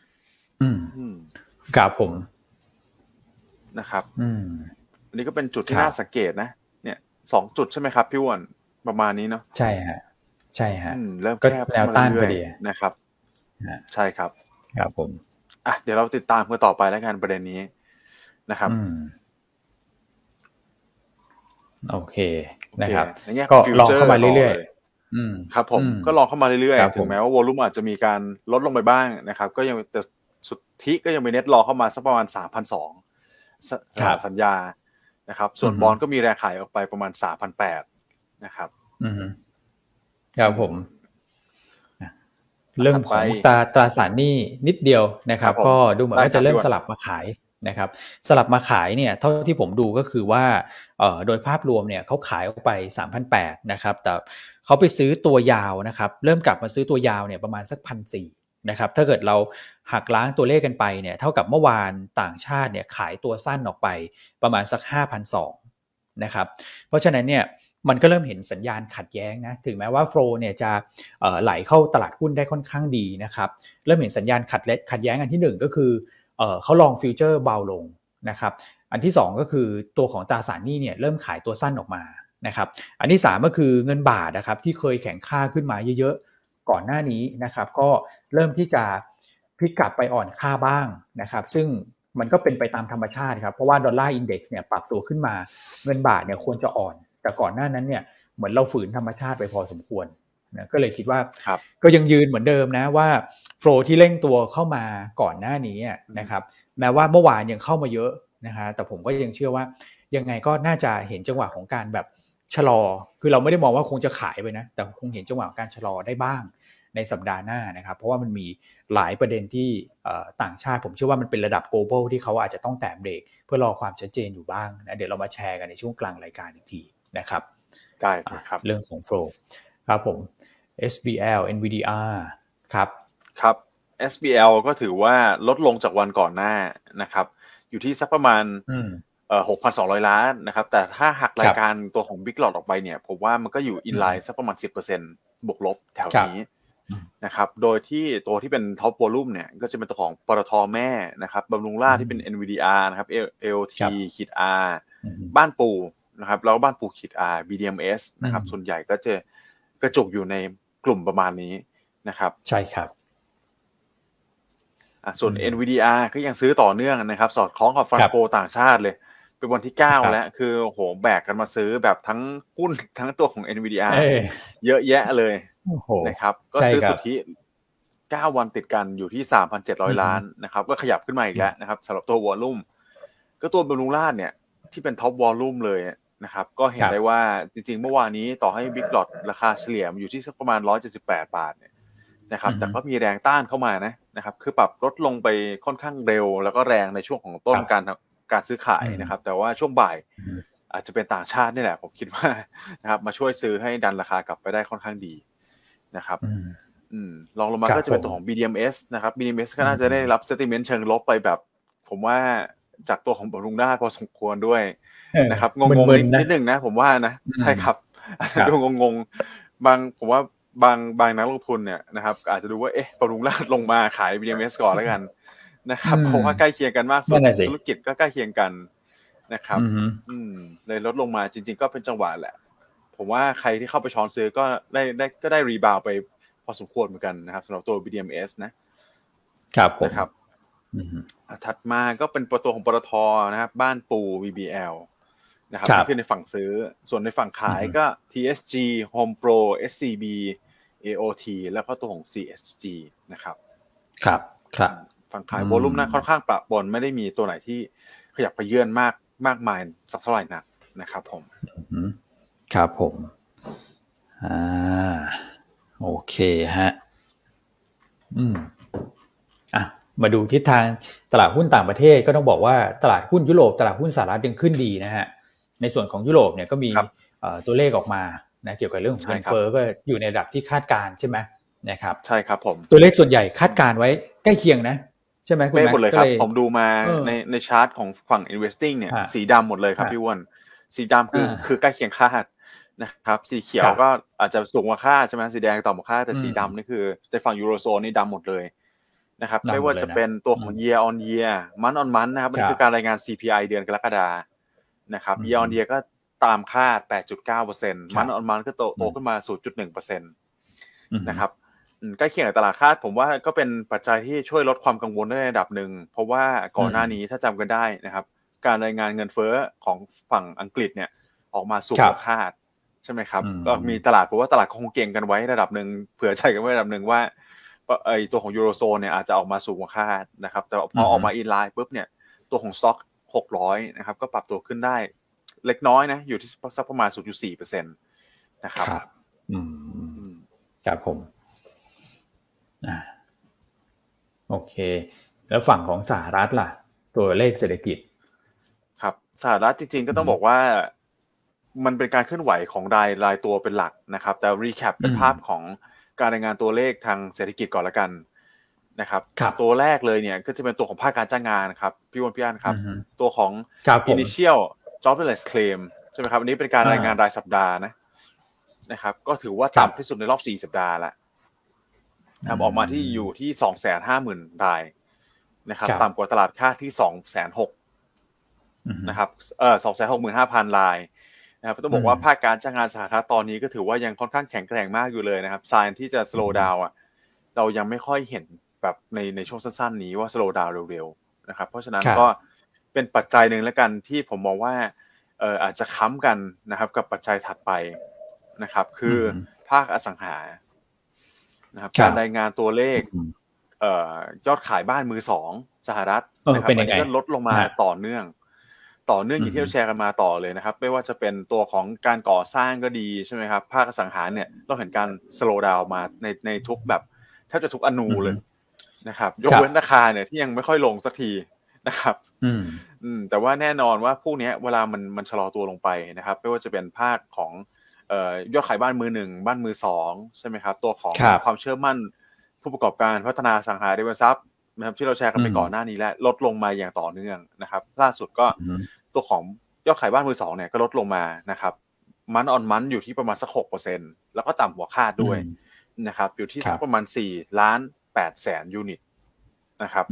ครับผมนะครับอันนี้ก็เป็นจุดที่น่าสังเกตนะเนี่ย2จุดใช่ไหมครับพี่วอนประมาณนี้เนาะใช่ฮะเริ่มก็แคบแนวต้านพอดีนะครับใช่ครับครับผมเดี๋ยวเราติดตามกันต่อไปแล้วกันประเด็นนี้นะครับโอเคนะครับก็ลองเข้ามาเรื่อยๆครับผมก็ลองเข้ามาเรื่อยๆถึงแม้ว่าวอลุ่มอาจจะมีการลดลงไปบ้างนะครับก็ยังแต่สุทธิก็ยังมีเน็ตรอเข้ามาสักประมาณ 3,200 สัญญานะครับส่วนบอนด์ก็มีแรงขายออกไปประมาณ 3,800 นะครับครับผมเรื่องของตราสารหนี้นิดเดียวนะครับก็ดูเหมือนว่าจะเริ่มสลับมาขายนะครับสลับมาขายเนี่ยเท่าที่ผมดูก็คือว่าโดยภาพรวมเนี่ยเขาขายออกไป 3,800 นะครับแต่เขาไปซื้อตัวยาวนะครับเริ่มกลับมาซื้อตัวยาวเนี่ยประมาณสัก 1,400 นะครับถ้าเกิดเราหักล้างตัวเลขกันไปเนี่ยเท่ากับเมื่อวานต่างชาติเนี่ยขายตัวสั้นออกไปประมาณสัก 5,200 นะครับเพราะฉะนั้นเนี่ยมันก็เริ่มเห็นสัญญาณขัดแย้งนะถึงแม้ว่าโฟลว์เนี่ยจะไหลเข้าตลาดหุ้นได้ค่อนข้างดีนะครับเริ่มเห็นสัญญาณขัดแย้งอันที่1ก็คือเขาลองฟิวเจอร์เบาลงนะครับอันที่2ก็คือตัวของตราสารหนี้เนี่ยเริ่มขายตัวสั้นออกมานะครับอันที่3ก็คือเงินบาทนะครับที่เคยแข็งค่าขึ้นมาเยอะๆก่อนหน้านี้นะครับก็เริ่มที่จะพลิกกลับไปอ่อนค่าบ้างนะครับซึ่งมันก็เป็นไปตามธรรมชาติครับเพราะว่าดอลลาร์อินเด็กซ์เนี่ยปรับตัวขึ้นมาเงินบาทเนี่ยควรจะอ่อนแต่ก่อนหน้านั้นเนี่ยเหมือนเราฝืนธรรมชาติไปพอสมควรนะก็เลยคิดว่าก็ยังยืนเหมือนเดิมนะว่าโฟลว์ที่เร่งตัวเข้ามาก่อนหน้านี้นะครับแม้ว่าเมื่อวานยังเข้ามาเยอะนะฮะแต่ผมก็ยังเชื่อว่ายังไงก็น่าจะเห็นจังหวะของการแบบชะลอคือเราไม่ได้มองว่าคงจะขายไปนะแต่คงเห็นจังหวะการชะลอได้บ้างในสัปดาห์หน้านะครับเพราะว่ามันมีหลายประเด็นที่ต่างชาติผมเชื่อว่ามันเป็นระดับ global ที่เขาอาจจะต้องแตะเบรกเพื่อรอความชัดเจนอยู่บ้างนะเดี๋ยวเรามาแชร์กันในช่วงกลางรายการอีกทีนะครับได้ครับเรื่องของ flow ครับผม SBL NVDR ครับครับ SBL ก็ถือว่าลดลงจากวันก่อนหน้านะครับอยู่ที่สักประมาณ6,200 ล้านนะครับแต่ถ้าหักรายการตัวของ Big Lot ออกไปเนี่ยผมว่ามันก็อยู่ inline สักประมาณ 10% บวกลบแถวนี้นะครับโดยที่ตัวที่เป็น Top Volume เนี่ยก็จะเป็นตัวของปตท.แม่นะครับบำรุงราษฎร์ที่เป็น NVDR นะครับ AOT-R บ้านปูนะครับแล้วบ้านปู -R BDMs นะครับส่วนใหญ่ก็จะกระจุกอยู่ในกลุ่มประมาณนี้นะครับใช่ครับส่วน NVDR ก็ยังซื้อต่อเนื่องนะครับสอดคล้องกับฟันโฟต่างชาติเลยเป็นวันที่9แล้วคือโอ้โหแบกกันมาซื้อแบบทั้งหุ้นทั้งตัวของ NVDR เยอะแยะเลยนะครับก็ซื้อสุทธิ9วันติดกันอยู่ที่ 3,700 ล้านนะครับก็ขยับขึ้นมาอีกแล้วนะครับสำหรับตัววอลลุ่มก็ตัวบำรุงราษฎร์เนี่ยที่เป็นท็อปวอลลุ่มเลยนะครับก็เห็นได้ว่าจริงๆเมื่อวานนี้ต่อให้ Big Lot ราคาเฉลี่ยอยู่ที่สักประมาณ178 บาทเนี่ยนะครับแต่ก็มีแรงต้านเข้ามานะครับคือปรับลดลงไปค่อนข้างเร็วแล้วก็แรงในช่วงของต้นการซื้อขายนะครับแต่ว่าช่วงบ่ายอาจจะเป็นต่างชาตินี่แหละผมคิดว่านะครับมาช่วยซื้อให้ดันราคากลับไปได้ค่อนข้างดีนะครับลองลงมาก็จะเป็นตัวของ BDMs นะครับ BDMs ก็น่าจะได้รับ sentiment เชิงลบไปแบบผมว่าจากตัวของบำรุงราษฎร์พอสมควรด้วยนะครับงงๆนิดนึงนะผมว่านะใช่ครับดูงงๆผมว่าบางนักลงทุนเนี่ยนะครับอาจจะดูว่าบำรุงราษฎร์ลงมาขาย BDMs ก่อนแล้วกันนะครับเพราะว่าใกล้เคียงกันมากสุดธุรกิจก็ใกล้เคียงกันนะครับเลยลดลงมาจริงๆก็เป็นจังหวะแหละผมว่าใครที่เข้าไปช้อนซื้อก็ได้รีบาวไปพอสมควรเหมือนกันนะครับสำหรับตัว BDMs นะครับนะครับถัดมาก็เป็นตัวของปตท.นะครับบ้านปู VBL นะครับนี่คือในฝั่งซื้อส่วนในฝั่งขายก็ TSG Home Pro SCB AOT แล้วก็ตัวของ CSG นะครับฝั่งขายโวลุ่มค่อนข้างปะปนไม่ได้มีตัวไหนที่ขยับไปเยื่อนมากมายสักเท่าไหร่นักนะครับผมครับผมโอเคฮะมาดูทิศทางตลาดหุ้นต่างประเทศก็ต้องบอกว่าตลาดหุ้นยุโรปตลาดหุ้นสหรัฐยังขึ้นดีนะฮะในส่วนของยุโรปเนี่ยก็มีตัวเลขออกมานะเกี่ยวกับเรื่องของเงินเฟ้อก็อยู่ในระดับที่คาดการณ์ใช่ไหมนะครับใช่ครับผมตัวเลขส่วนใหญ่คาดการณ์ไว้ใกล้เคียงนะใช่ไหมคุณแม่หมดเลยครับผมดูมาในชาร์ตของฝั่ง investing เนี่ยสีดำหมดเลยครับพี่อ้วนสีดำคือใกล้เคียงคาดนะครับสีเขียวก็อาจจะสูงกว่าคาดใช่ไหมสีแดงต่ำกว่าคาดแต่สีดำนี่คือในฝั่งยูโรโซนนี่ดำหมดเลยนะครับไม่ว่าจะเป็นตัวของ year on year month on month นะครับมันคือการรายงาน CPI เดือนกรกฎาคมนะครับ year on year ก็ตามคาด 8.9% month on month ก็โตขึ้นมา 0.1% นะครับใกล้เคียงกับตลาดคาดผมว่าก็เป็นปัจจัยที่ช่วยลดความกังวลได้ในระดับหนึ่งเพราะว่าก่อนหน้านี้ถ้าจำกันได้นะครับการรายงานเงินเฟ้อของฝั่งอังกฤษเนี่ยออกมาสูงกว่าคาดใช่ไหมครับก็มีตลาดเพราะว่าตลาดคงเก่งกันไว้ระดับหนึ่งเผื่อใจกันไว้ระดับหนึ่งว่าไอตัวของยูโรโซนเนี่ยอาจจะออกมาสูงกว่าคาดนะครับแต่พอออกมาอินไลน์ปุ๊บเนี่ยตัวของสต็อก600นะครับก็ปรับตัวขึ้นได้เล็กน้อยนะอยู่ที่สักประมาณ 0.4% นะครับครับผมโอเคแล้วฝั่งของสหรัฐล่ะตัวเลขเศรษฐกิจครับสหรัฐจริงๆก็ต้องบอกว่ามันเป็นการเคลื่อนไหวของรายตัวเป็นหลักนะครับแต่รีแคปเป็นภาพของการรายงานตัวเลขทางเศรษฐกิจก่อนละกันนะครับตัวแรกเลยเนี่ยก็จะเป็นตัวของภาคการจ้างงานครับพี่วอนพี่อั้นครับตัวของ initial jobless claim ใช่ไหมครับอันนี้เป็นการรายงานรายสัปดาห์นะครับก็ถือว่าต่ำที่สุดในรอบ4สัปดาห์แล้วออกมาที่อยู่ที่ 250,000 รายนะครับต่ำกว่าตลาดคาดที่ 260,000 นะครับ265,000 รายนะครับต้องบอกว่าภาคการจ้างงานสหรัฐตอนนี้ก็ถือว่ายังค่อนข้างแข็งแกร่งมากอยู่เลยนะครับไซน์ที่จะ slow down เรายังไม่ค่อยเห็นแบบในช่วงสั้นๆนี้ว่า slow down เร็วๆนะครับเพราะฉะนั้นก็เป็นปัจจัยนึงแล้วกันที่ผมมองว่าอาจจะค้ำกันนะครับกับปัจจัยถัดไปนะครับคือภาคอสังหานะครับการรายงานตัวเลขยอดขายบ้านมือสองสหรัฐนะครับมันก็ลดลงมาต่อเนื่องต่อเนื่องอย่างที่เราแชร์กันมาต่อเลยนะครับไม่ว่าจะเป็นตัวของการก่อสร้างก็ดีใช่ไหมครับภาคอสังหาเนี่ยเราเห็นการ slow down มาในทุกแบบแทบจะทุกอนูเลยนะครับยกเว้นราคาเนี่ยที่ยังไม่ค่อยลงสักทีนะครับแต่ว่าแน่นอนว่าพวกนี้เวลามันชะลอตัวลงไปนะครับไม่ว่าจะเป็นภาคของยอดขายบ้านมือหนึ่งบ้านมือสองใช่ไหมครับตัวของความเชื่อมั่นผู้ประกอบการพัฒนาอสังหาริมทรัพย์นะครับที่เราแชร์กันไปก่อนหน้านี้แล้วลดลงมาอย่างต่อเนื่องนะครับล่าสุดก็ตัวของยอดขายบ้านมือสองเนี่ยก็ลดลงมานะครับมันออนมันอยู่ที่ประมาณสัก 6% แล้วก็ต่ำกว่าคาดด้วยนะครับอยู่ที่สักประมาณ4,800,000 ยูนิตนะครับ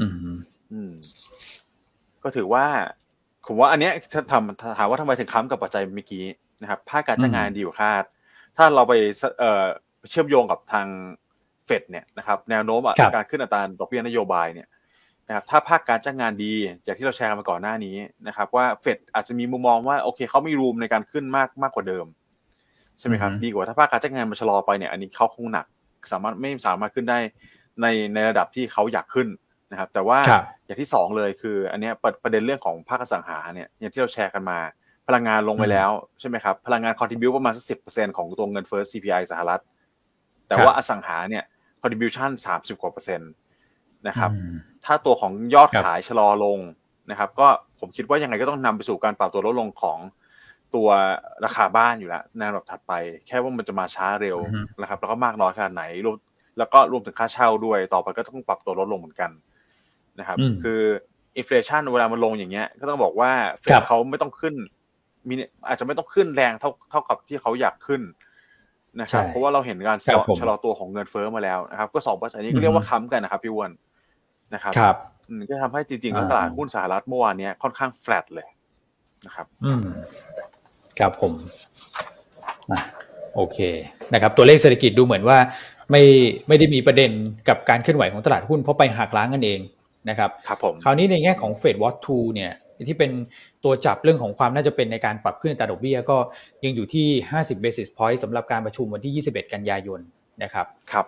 ก็ถือว่าผมว่าอันเนี้ยถามว่าทำไมถึงค้ำกับปัจจัยเมื่อกี้นะครับภาคการจ้างงานดีกว่าคาดถ้าเราไปเชื่อมโยงกับทางเฟดเนี่ยนะครับแนวโน้มการขึ้นอัตราดอกเบี้ยนโยบายเนี่ยนะครับถ้าภาคการจ้างงานดีอย่างที่เราแชร์มาก่อนหน้านี้นะครับว่าเฟดอาจจะมีมุมมองว่าโอเคเขามีรูมในการขึ้นมากกว่าเดิมใช่ไหมครับดีกว่าถ้าภาคการจ้างงานมันชะลอไปเนี่ยอันนี้เขาคงหนักไม่สามารถขึ้นได้ในระดับที่เขาอยากขึ้นนะครับแต่ว่าอย่างที่สองเลยคืออันนี้ประเด็นเรื่องของภาคอสังหาเนี่ยอย่างที่เราแชร์กันมาพลังงานลงไปแล้วใช่ไหมครับพลังงาน contribute ประมาณสัก 10% ของตัวเงินเฟ้อ CPI สหรัฐแต่ว่าอสังหาเนี่ย contribution 30 กว่า%นะครับถ้าตัวของยอดขายชะลอลงนะครับก็ผมคิดว่ายังไงก็ต้องนำไปสู่การปรับตัวลดลงของตัวราคาบ้านอยู่แล้วในระดับถัดไปแค่ว่ามันจะมาช้าเร็วนะครับแล้วก็มากน้อยขนาดไหนแล้วก็รวมถึงค่าเช่าด้วยต่อไปก็ต้องปรับตัวลดลงเหมือนกันนะครับคืออินเฟลชันเวลามันลงอย่างเงี้ยก็ต้องบอกว่าเฟดเขาไม่ต้องขึ้นอาจจะไม่ต้องขึ้นแรงเท่ากับที่เขาอยากขึ้นนะครับเพราะว่าเราเห็นการชะลอตัวของเงินเฟ้อมาแล้วนะครับก็2ปัจจัยนี้ก็เรียกว่าค้ำกันนะครับพี่อ้วนนะครับก็ทำให้จริงๆแล้วตลาดหุ้นสหรัฐเมื่อวานนี้ค่อนข้างแฟลตเลยนะครับครับผมโอเคนะครับตัวเลขเศรษฐกิจดูเหมือนว่าไม่ได้มีประเด็นกับการเคลื่อนไหวของตลาดหุ้นเพราะไปหักล้างกันเองนะครับครับผมคราวนี้ในแง่ของ Fed Watch 2เนี่ยที่เป็นตัวจับเรื่องของความน่าจะเป็นในการปรับขึ้นอัตราดอกเบี้ยก็ยังอยู่ที่50 basis point สำหรับการประชุมวันที่21กันยายนนะครับครับ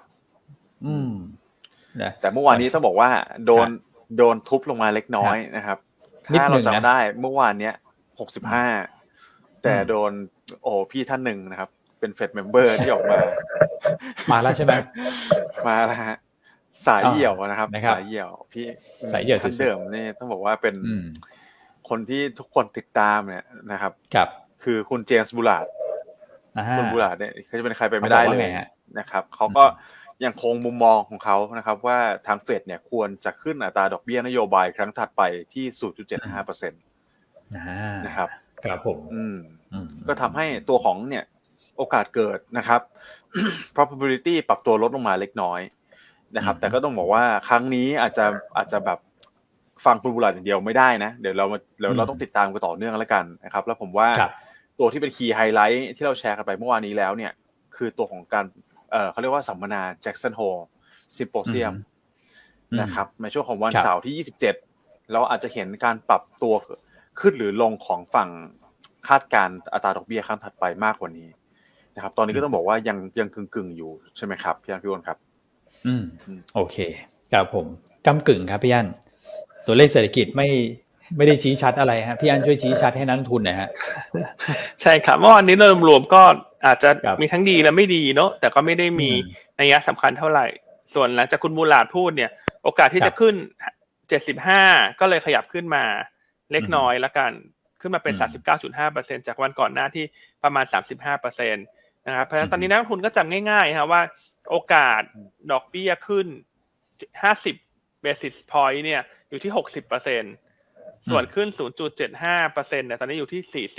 แต่เมื่อวานนี้ต้องบอกว่าโดนทุบลงมาเล็กน้อยนะครับถ้าเราจำได้เมื่อวานเนี้ย65แต่โดนพี่ท่านหนึ่งนะครับเป็นเฟดเมมเบอร์ที่ออกมาแล้วใช่ไหมมาแล้วฮะสายเหี่ยวนะครับสายเหี่ยวพี่สายเหี่ยวท่านเดิมนี่ต้องบอกว่าเป็นคนที่ทุกคนติดตามเนี่ยนะครับคือคุณเจมส์บูลาร์ดคุณบูลาร์ดเนี่ยเขาจะเป็นใครไปไม่ได้เลยนะครับเขาก็ยังคงมุมมองของเขานะครับว่าทางเฟดเนี่ยควรจะขึ้นอัตราดอกเบี้ยนโยบายครั้งถัดไปที่ 0.75% นะครับครับผมก็ทำให้ตัวของเนี่ยโอกาสเกิดนะครับ probability ปรับตัวลดลงมาเล็กน้อยนะครับแต่ก็ต้องบอกว่าครั้งนี้อาจจะแบบฟังคุณบุหรี่อย่างเดียวไม่ได้นะเดี๋ยวเราต้องติดตามกันต่อเนื่องแล้วกันนะครับแล้วผมว่าตัวที่เป็นคีย์ไฮไลท์ที่เราแชร์กันไปเมื่อวานนี้แล้วเนี่ยคือตัวของการเขาเรียกว่าสัมมนา Jackson Hole Symposium นะครับในช่วงของวันเสาร์ที่27เราอาจจะเห็นการปรับตัวขึ้นหรือลงของฝั่งคาดการณ์อัตราดอกเบี้ยครั้งถัดไปมากกว่านี้นะครับตอนนี้ก็ต้องบอกว่ายังกึ่งๆอยู่ใช่ไหมครับพี่อั้นพี่อ้นครับโอเคครับผมก้ำกึ่งครับพี่อั้นตัวเลขเศรษฐกิจไม่ได้ชี้ชัดอะไรฮะพี่อั้นช่วยชี้ชัดให้นักลงทุนหน่อยฮะใช่ครับเมื่อวานนี้รวมๆก็อาจจะมีทั้งดีและไม่ดีเนาะแต่ก็ไม่ได้มีนัยสำคัญเท่าไหร่ส่วนหลังจากคุณมูลาดพูดเนี่ยโอกาสที่จะขึ้น75ก็เลยขยับขึ้นมาเล็กน้อยละกันขึ้นมาเป็น 39.5% จากวันก่อนหน้าที่ประมาณ 35% นะครับเพราะฉะนั้นตอนนี้นักลงทุนก็จำง่ายๆครับว่าโอกาสดอกเบี้ยขึ้น50 basis point เนี่ยอยู่ที่ 60% ส่วนขึ้น 0.75% เนี่ยตอนนี้อยู่ที่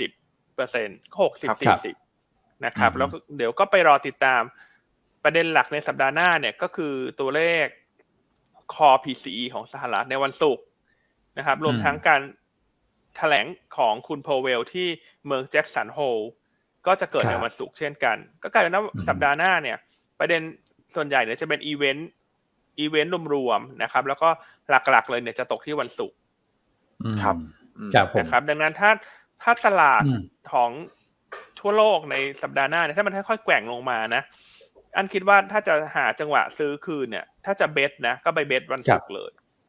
40% 60-40 นะครับแล้วเดี๋ยวก็ไปรอติดตามประเด็นหลักในสัปดาห์หน้าเนี่ยก็คือตัวเลข Core PCE ของสหรัฐในวันศุกร์นะครับรวมทั้งการแถลงของคุณโพเวลที่เมืองแจ็คสันโฮลก็จะเกิดในวันศุกร์เช่นกันก็กลายเป็นว่าสัปดาห์หน้าเนี่ยประเด็นส่วนใหญ่เนี่ยจะเป็นอีเวนต์รวมๆนะครับแล้วก็หลักๆเลยเนี่ยจะตกที่วันศุกร์ครับนะครับดังนั้นถ้าตลาดของทั่วโลกในสัปดาห์หน้าเนี่ยถ้ามันค่อยๆแกว่งลงมานะอันคิดว่าถ้าจะหาจังหวะซื้อคืนเนี่ยถ้าจะเบทนะก็ไปเบทวันศุกร์เลย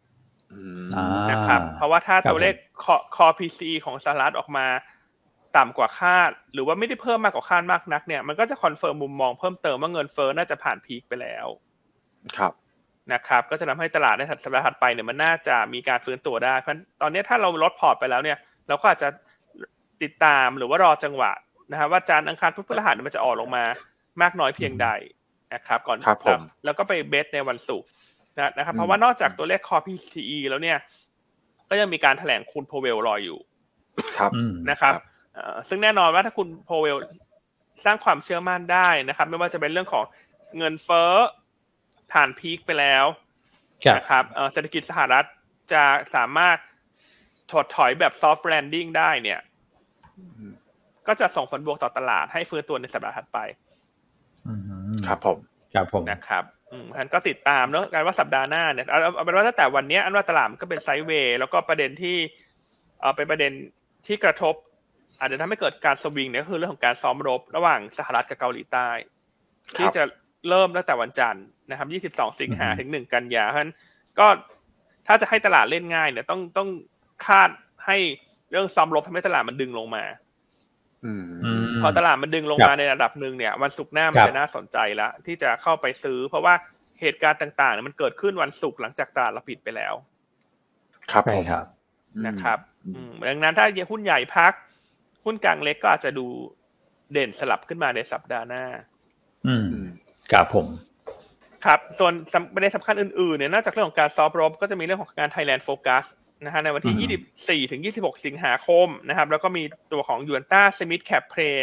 นะครับเพราะว่าถ้าตัวเลขคอ PCE ของสหรัฐออกมาต่ำกว่าคาดหรือว่าไม่ได้เพิ่มมากกว่าคาดมากนักเนี่ยมันก็จะคอนเฟิร์มมุมมองเพิ่มเติมว่าเงินเฟ้อน่าจะผ่านพีคไปแล้วครับนะครับก็จะทำให้ตลาดในสัปดาห์ถัดไปเนี่ยมันน่าจะมีการฟื้นตัวได้เพราะตอนนี้ถ้าเราลดพอร์ตไปแล้วเนี่ยเราก็อาจจะติดตามหรือว่ารอจังหวะนะครับว่าจันทร์อังคารพุธพฤหัสมันจะออกลงมามากน้อยเพียงใดนะครับก่อนแล้วก็ไปเบสในวันศุกร์นะครับเพราะว่านอกจากตัวเลข Core PCE แล้วเนี่ยก็ยังมีการแถลงคุณโพเวลรออยู่ครับนะครับซึ่งแน่นอนว่าถ้าคุณโพเวลสร้างความเชื่อมั่นได้นะครับไม่ว่าจะเป็นเรื่องของเงินเฟ้อผ่านพีคไปแล้วนะครับเศรษฐกิจสหรัฐจะสามารถถดถอยแบบ soft landing ได้เนี่ยก็จะส่งผลบวกต่อตลาดให้ฟื้นตัวในสัปดาห์ถัดไปครับผมนะครับท่านก็ติดตามเนอะการว่าสัปดาห์หน้าเนี่ยเอาเป็นว่าตั้งแต่วันนี้อันว่าตลาดมันก็เป็นไซด์เวย์แล้วก็ประเด็นที่เป็นประเด็นที่กระทบอาจจะทำให้เกิดการสวิงเนี่ยก็คือเรื่องของการซ้อมรบระหว่างสหรัฐกับเกาหลีใต้ที่จะเริ่มตั้งแต่วันจันทร์นะครับ22สิงหาถึง1กันยายนเพราะฉะนั้นก็ถ้าจะให้ตลาดเล่นง่ายเนี่ยต้องคาดให้เรื่องซ้อมรบทำให้ตลาดมันดึงลงมาพอตลาดมันดึงลงมาในระดับนึงเนี่ยวันศุกร์หน้ามันจะน่าสนใจแล้วที่จะเข้าไปซื้อเพราะว่าเหตุการณ์ต่างๆเนี่ยมันเกิดขึ้นวันศุกร์หลังจากตลาดเราปิดไปแล้วครับนะครับดังนั้นถ้าหุ้นใหญ่พักหุ้นกลางเล็กก็อาจจะดูเด่นสลับขึ้นมาในสัปดาห์หน้าครับผมครับส่วนประเด็นสำคัญอื่นๆเนี่ยนอกจากเรื่องของการซอฟต์รบก็จะมีเรื่องของงาน Thailand Focus นะฮะในวันที่24ถึง26สิงหาคมนะครับแล้วก็มีตัวของ Yuanta Smith Cap Play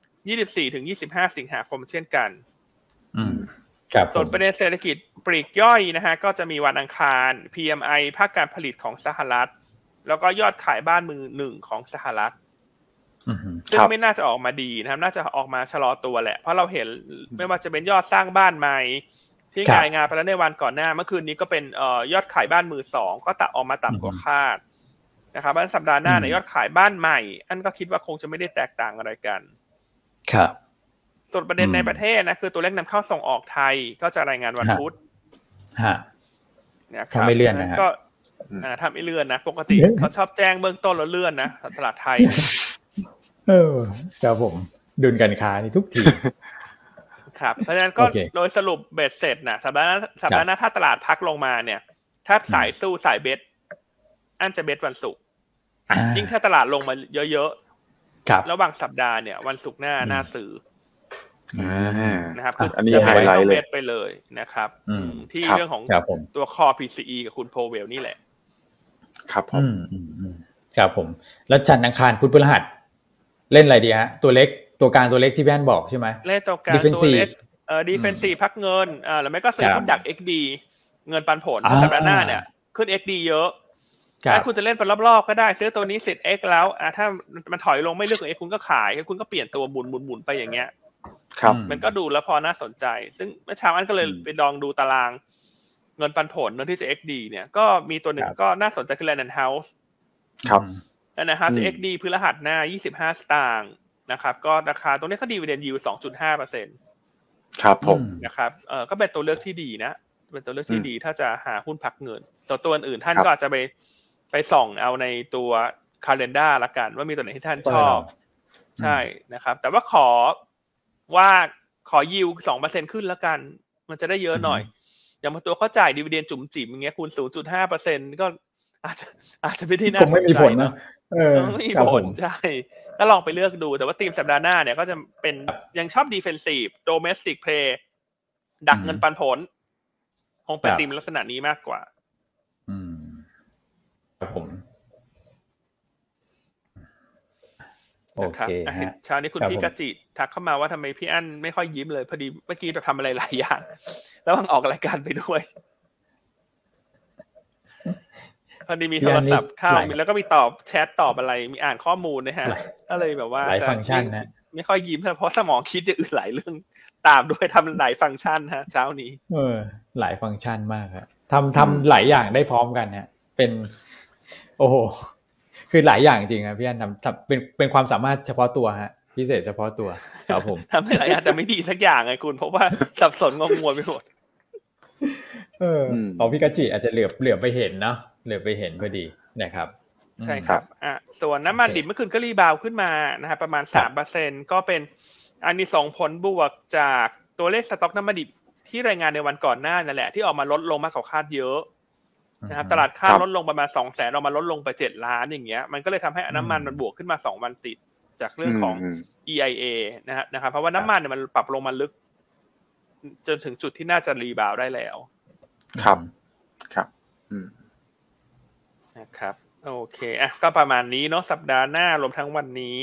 24ถึง25สิงหาคมเช่นกันครับส่วนประเด็นเศรษฐกิจปลีกย่อยนะฮะก็จะมีวันอังคาร PMI ภาคการผลิตของสหรัฐแล้วก็ยอดขายบ้านมือ1ของสหรัฐซึ่งไม่น่าจะออกมาดีนะครับน่าจะออกมาชะลอตัวแหละเพราะเราเห็นไม่ว่าจะเป็นยอดสร้างบ้านใหม่ที่รายงานไปแล้วในวันก่อนหน้าเมื่อคืนนี้ก็เป็นยอดขายบ้านมือ2ก็ออกมาต่ำกว่าคาดนะครับวันสัปดาห์หน้าในยอดขายบ้านใหม่อันก็คิดว่าคงจะไม่ได้แตกต่างอะไรกันครับส่วนประเด็นในประเทศนะคือตัวเลขนำเข้าส่งออกไทยก็จะรายงานวันพุธถ้าไม่เลื่อนนะฮะก็ถ้าไม่เลื่อนนะปกติเขาชอบแจ้งเบื้องต้นแล้วเลื่อนนะตลาดไทยครับผมดุลการค้านี่ทุกทีครับเพราะฉะนั้นก็โดยสรุปเบสเสร็จนะสัปดาห์หน้าถ้าตลาดพักลงมาเนี่ยถ้าสายสู้สายเบสอันจะเบสวันศุกร์ยิ่งถ้าตลาดลงมาเยอะๆระหว่างสัปดาห์เนี่ยวันศุกร์หน้าน่าซื้อนะครับคืออันนี้ไฮไลท์เลยไปเลยนะครับที่เรื่องของตัวคอ PCE กับคุณโพเวลนี่แหละครับผมครับผมแล้วจันทร์อังคารพุธพฤหัสเล่นอะไรดีฮะตัวเล็กตัวกลางตัวเล็กที่พี่อั้นบอกใช่ไหมเล่นตัวกลางตัวเล็กdefensive พักเงินหรือไม่ก็ซื้อหุ้นดัก XD เงินปันผลสัปดาห์หน้าเนี่ยขึ้น XD เยอะถ้าคุณจะเล่นเป็นรอบๆก็ได้ซื้อตัวนี้เสร็จ X แล้วถ้ามันถอยลงไม่เลือกตัว X คุณก็ขายคุณก็เปลี่ยนตัวหมุนไปอย่างเงี้ยครับมันก็ดูแล้วพอน่าสนใจซึ่งเมื่อเช้าอันก็เลยไปลองดูตารางเงินปันผลเงินที่จะ XD เนี่ยก็มีตัวหนึ่งก็น่าสนใจคือ Land House ครับ Land House จะ XD พฤหัสหน้า25สตางค์นะครับก็ราคาตรงนี้เขาดีวิเดนยิว 2.5% ครับผมนะครับก็เป็นตัวเลือกที่ดีนะเป็นตัวเลือกที่ดีถ้าจะหาหุ้นพักเงินส่วนตัวอื่นท่านก็อาจจะไปส่องเอาในตัว calendar ละกันว่ามีตัวไหนที่ท่านชอบใช่นะครับแต่ว่าขอยิว 2% ขึ้นละกันมันจะได้เยอะหน่อยอย่างบางตัวเขาจ่ายดิวิเดนจุ๋มจิ๋มอย่างเงี้ยคูณ 0.5% ก็อาจจะไม่ได้น่าสนใจไม่มีผลนะไม่มีผลใช่ก็ลองไปเลือกดูแต่ว่าทีมสัปดาห์หน้าเนี่ยก็จะเป็นยังชอบ defensive domestic play ดักเงินปันผลคงเป็นทีมลักษณะนี้มากกว่าครับผมโอเคฮะเช้านี้คุณพี่กจิทักเข้ามาว่าทำไมพี่อั้นไม่ค่อยยิ้มเลยพอดีเมื่อกี้เราทำอะไรหลายอย่างแล้วออกรายการไปด้วยพอดีมีโทรศัพท์เข้าแล้วก็มีตอบแชทตอบอะไรมีอ่านข้อมูลนะฮะก็เลยแบบว่าหลายฟังก์ชันนะไม่ค่อยยิ้มเพราะสมองคิดอย่างอื่นหลายเรื่องตามด้วยทำหลายฟังก์ชันฮะเช้านี้หลายฟังก์ชันมากครับทำหลายอย่างได้พร้อมกันฮะเป็นโอ้โหคือหลายอย่างจริงครับพี่อันทำเป็นความสามารถเฉพาะตัวฮะพิเศษเฉพาะตัวครับผมทำให้หลายอย่างแต่ไม่ดีสักอย่างไงคุณเพราะว่าสับสนงงงวยไปหมดของพี่กจิอาจจะเหลือบไปเห็นเนาะเลยไปเห็นพอดีนะครับใช่ครับส่วนน้ำมันดิบเมื่อคืนก็รีบาวขึ้นมานะครับประมาณ 3% ก็เป็นอันนี้ส่งผลบวกจากตัวเลขสต็อกน้ำมันดิบที่รายงานในวันก่อนหน้านั่นแหละที่ออกมาลดลงมากกว่าคาดเยอะนะครับตลาดคาดลดลงประมาณ 200,000 ออกมาลดลงไป7 ล้านอย่างเงี้ยมันก็เลยทำให้น้ำมันบวกขึ้นมา2วันติดจากเรื่องของ EIA นะครับเพราะว่าน้ำมันเนี่ยมันปรับลงมาลึกจนถึงจุดที่น่าจะรีบาวได้แล้วครับนะครับโอเคก็ประมาณนี้เนาะสัปดาห์หน้ารวมทั้งวันนี้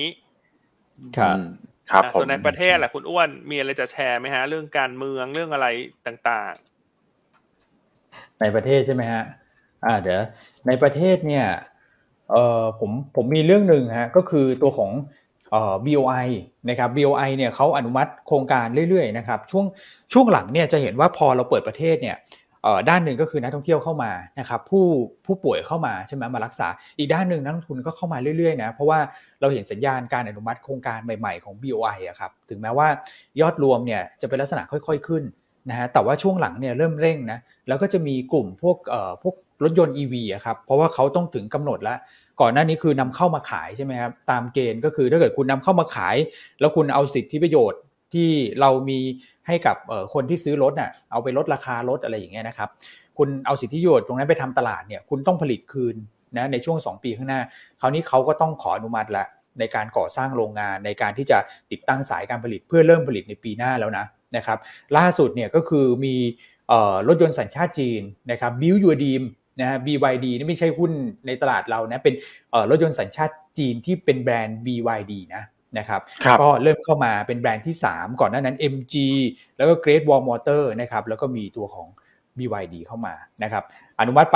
ครับส่วนในประเทศแหละคุณอ้วนมีอะไรจะแชร์ไหมฮะเรื่องการเมืองเรื่องอะไรต่างๆในประเทศใช่ไหมฮะเดี๋ยวในประเทศเนี่ยผมมีเรื่องนึงฮะก็คือตัวของBOI นะครับ BOI เนี่ยเขาอนุมัติโครงการเรื่อยๆนะครับช่วงหลังเนี่ยจะเห็นว่าพอเราเปิดประเทศเนี่ยด้านหนึ่งก็คือนักท่องเที่ยวเข้ามานะครับผู้ป่วยเข้ามาใช่ไหมมารักษาอีกด้านหนึ่งนักลงทุนก็เข้ามาเรื่อยๆนะเพราะว่าเราเห็นสัญญาณการอนุมัติโครงการใหม่ๆของ BOI อ่ะครับถึงแม้ว่ายอดรวมเนี่ยจะเป็นลักษณะค่อยๆขึ้นนะฮะแต่ว่าช่วงหลังเนี่ยเริ่มเร่งนะแล้วก็จะมีกลุ่มพวกรถยนต์ EV อ่ะครับเพราะว่าเขาต้องถึงกำหนดแล้วก่อนหน้านี้คือนำเข้ามาขายใช่ไหมครับตามเกณฑ์ก็คือถ้าเกิดคุณนำเข้ามาขายแล้วคุณเอาสิทธิประโยชน์ที่เรามีให้กับคนที่ซื้อรถน่ะเอาไปลดราคารถอะไรอย่างเงี้ยนะครับคุณเอาสิทธิประโยชน์ตรงนั้นไปทำตลาดเนี่ยคุณต้องผลิตคืนนะในช่วง2ปีข้างหน้าคราวนี้เขาก็ต้องขออนุมัติละในการก่อสร้างโรงงานในการที่จะติดตั้งสายการผลิตเพื่อเริ่มผลิตในปีหน้าแล้วนะครับล่าสุดเนี่ยก็คือมีรถยนต์สัญชาติจีนนะครับ Build Your Dream นะฮะ BYD นี่ไม่ใช่หุ้นในตลาดเรานะเป็นรถยนต์สัญชาติจีนที่เป็นแบรนด์ BYD นะครับก็เริ่มเข้ามาเป็นแบรนด์ที่3ก่อนหน้านั้น MG แล้วก็ Great Wall Motor นะครับแล้วก็มีตัวของ BYD เข้ามานะครับอนุมัติไป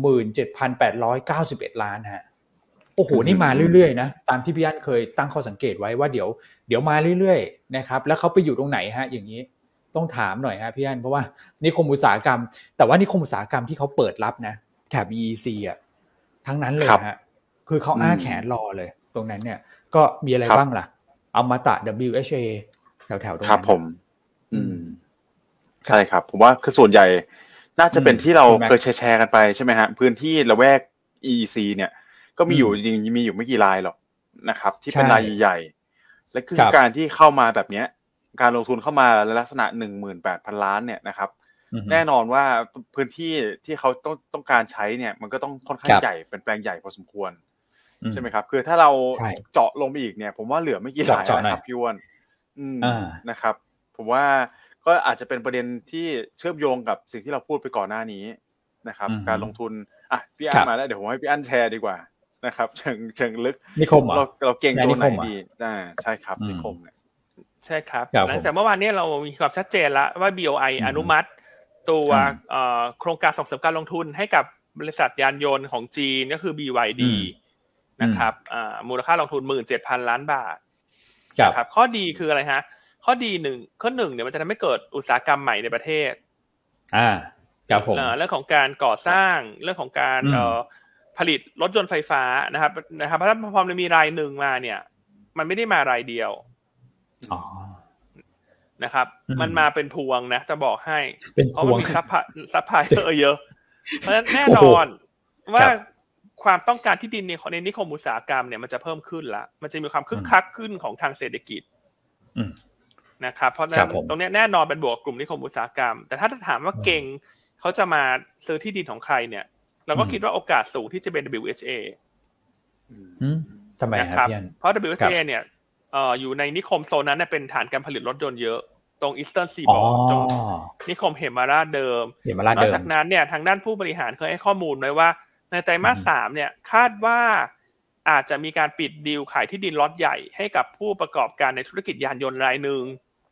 17,891 ล้านฮะโอ้โหนี่มาเรื่อยๆนะตามที่พี่อั้นเคยตั้งข้อสังเกตไว้ว่าเดี๋ยวมาเรื่อยๆนะครับแล้วเขาไปอยู่ตรงไหนฮะอย่างนี้ต้องถามหน่อยฮะพี่อั้นเพราะว่านิคมอุตสาหกรรมแต่ว่านิคมอุตสาหกรรมที่เขาเปิดรับนะแถบ EEC อ่ะทั้งนั้นเลยฮะคือเขาอ้าแขนรอเลยตรงนั้นเนี่ยก็มีอะไรบ้างล่ะอมตะ WHA แถวๆตรงนั้นครับผมใช่ครับผมว่าคือส่วนใหญ่น่าจะเป็นที่เราเคยแชร์กันไปใช่ไหมฮะพื้นที่ละแวก EEC เนี่ยก็มีอยู่จริงๆมีอยู่ไม่กี่รายหรอกนะครับที่เป็นรายใหญ่ๆและคือการที่เข้ามาแบบนี้การลงทุนเข้ามาในลักษณะ 18,000 ล้านเนี่ยนะครับแน่นอนว่าพื้นที่ที่เขาต้องการใช้เนี่ยมันก็ต้องค่อนข้างใหญ่เป็นแปลงใหญ่พอสมควรใช่ไหมครับคือถ้าเราเจาะลงไปอีกเนี่ยผมว่าเหลือไม่กี่รายนะครับพี่อ้วนนะครับผมว่าก็อาจจะเป็นประเด็นที่เชื่อมโยงกับสิ่งที่เราพูดไปก่อนหน้านี้นะครับการลงทุนพี่อั้นมาแล้วเดี๋ยวผมให้พี่อั้นแชร์ดีกว่านะครับเชิงลึกนิคมเราเก่งตัวไหนดีใช่ครับนิคมเนี่ยใช่ครับหลังจากเมื่อวานนี้เรามีความชัดเจนแล้วว่า BOI อนุมัติตัวโครงการส่งเสริมการลงทุนให้กับบริษัทยานยนต์ของจีนก็คือ BYD นะครับมูลค่าลงทุน 17,000 ล้านบาทครับข้อดีคืออะไรฮะข้อดีข้อ1เนี่ยมันจะทำให้เกิดอุตสาหกรรมใหม่ในประเทศครับผมเรื่องของการก่อสร้างเรื่องของการผลิตรถยนต์ไฟฟ้านะครับเพราะถ้าพอมันมีรายหนึ่งมาเนี่ยมันไม่ได้มารายเดียวนะครับมันมาเป็นพวงนะจะบอกให้เพราะมันมีซัพพลายเออร์เยอะเพราะฉะนั้นแน่นอนว่าความต้องการที่ดินในนิคมอุตสาหกรรมเนี่ยมันจะเพิ่มขึ้นละมันจะมีความคึกคักขึ้นของทางเศรษฐกิจนะครับเพราะฉะนั้นตรงนี้แน่นอนเป็นบวกกลุ่มนิคมอุตสาหกรรมแต่ถ้าถามว่าเก่งเขาจะมาซื้อที่ดินของใครเนี่ยเราก็คิดว่าโอกาสสูงที่จะเป็น WHA ทำไมครับเพราะ WHA เนี่ยอยู่ในนิคมโซนนั้นเป็นฐานการผลิตรถยนต์เยอะตรง Eastern Seaboard ตรงนิคมเหมาราเดิมนอกจากนั้นเนี่ยทางด้านผู้บริหารเคยให้ข้อมูลไว้ว่าในไตรมาส3เนี่ยคาดว่าอาจจะมีการปิดดีลขายที่ดินล็อตใหญ่ให้กับผู้ประกอบการในธุรกิจยานยนต์รายหนึ่ง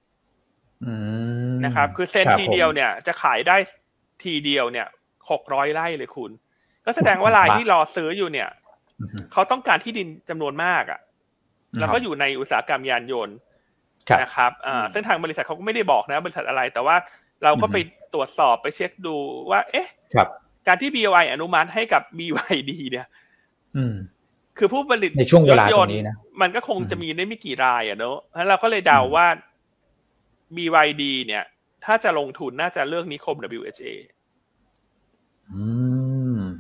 นะครับคือเซ็นทีเดียวเนี่ยจะขายได้ทีเดียวเนี่ย600 ไร่เลยคุณก็แสดงว่ารายที่รอซื้ออยู่เนี่ยเขาต้องการที่ดินจำนวนมากแล้วก็อยู่ในอุตสาหกรรมยานยนต์นะครับซึ่งทางบริษัทเขาก็ไม่ได้บอกนะบริษัทอะไรแต่ว่าเราก็ไปตรวจสอบไปเช็คดูว่าการที่ BOI อนุมัติให้กับ BYD เนี่ยคือผู้ผลิตในช่วงเวลาตรงนี้นะมันก็คงจะมีได้ไม่กี่รายเนอะแล้วเราก็เลยเดาว่า BYD เนี่ยถ้าจะลงทุนน่าจะเลือกนิคม WHA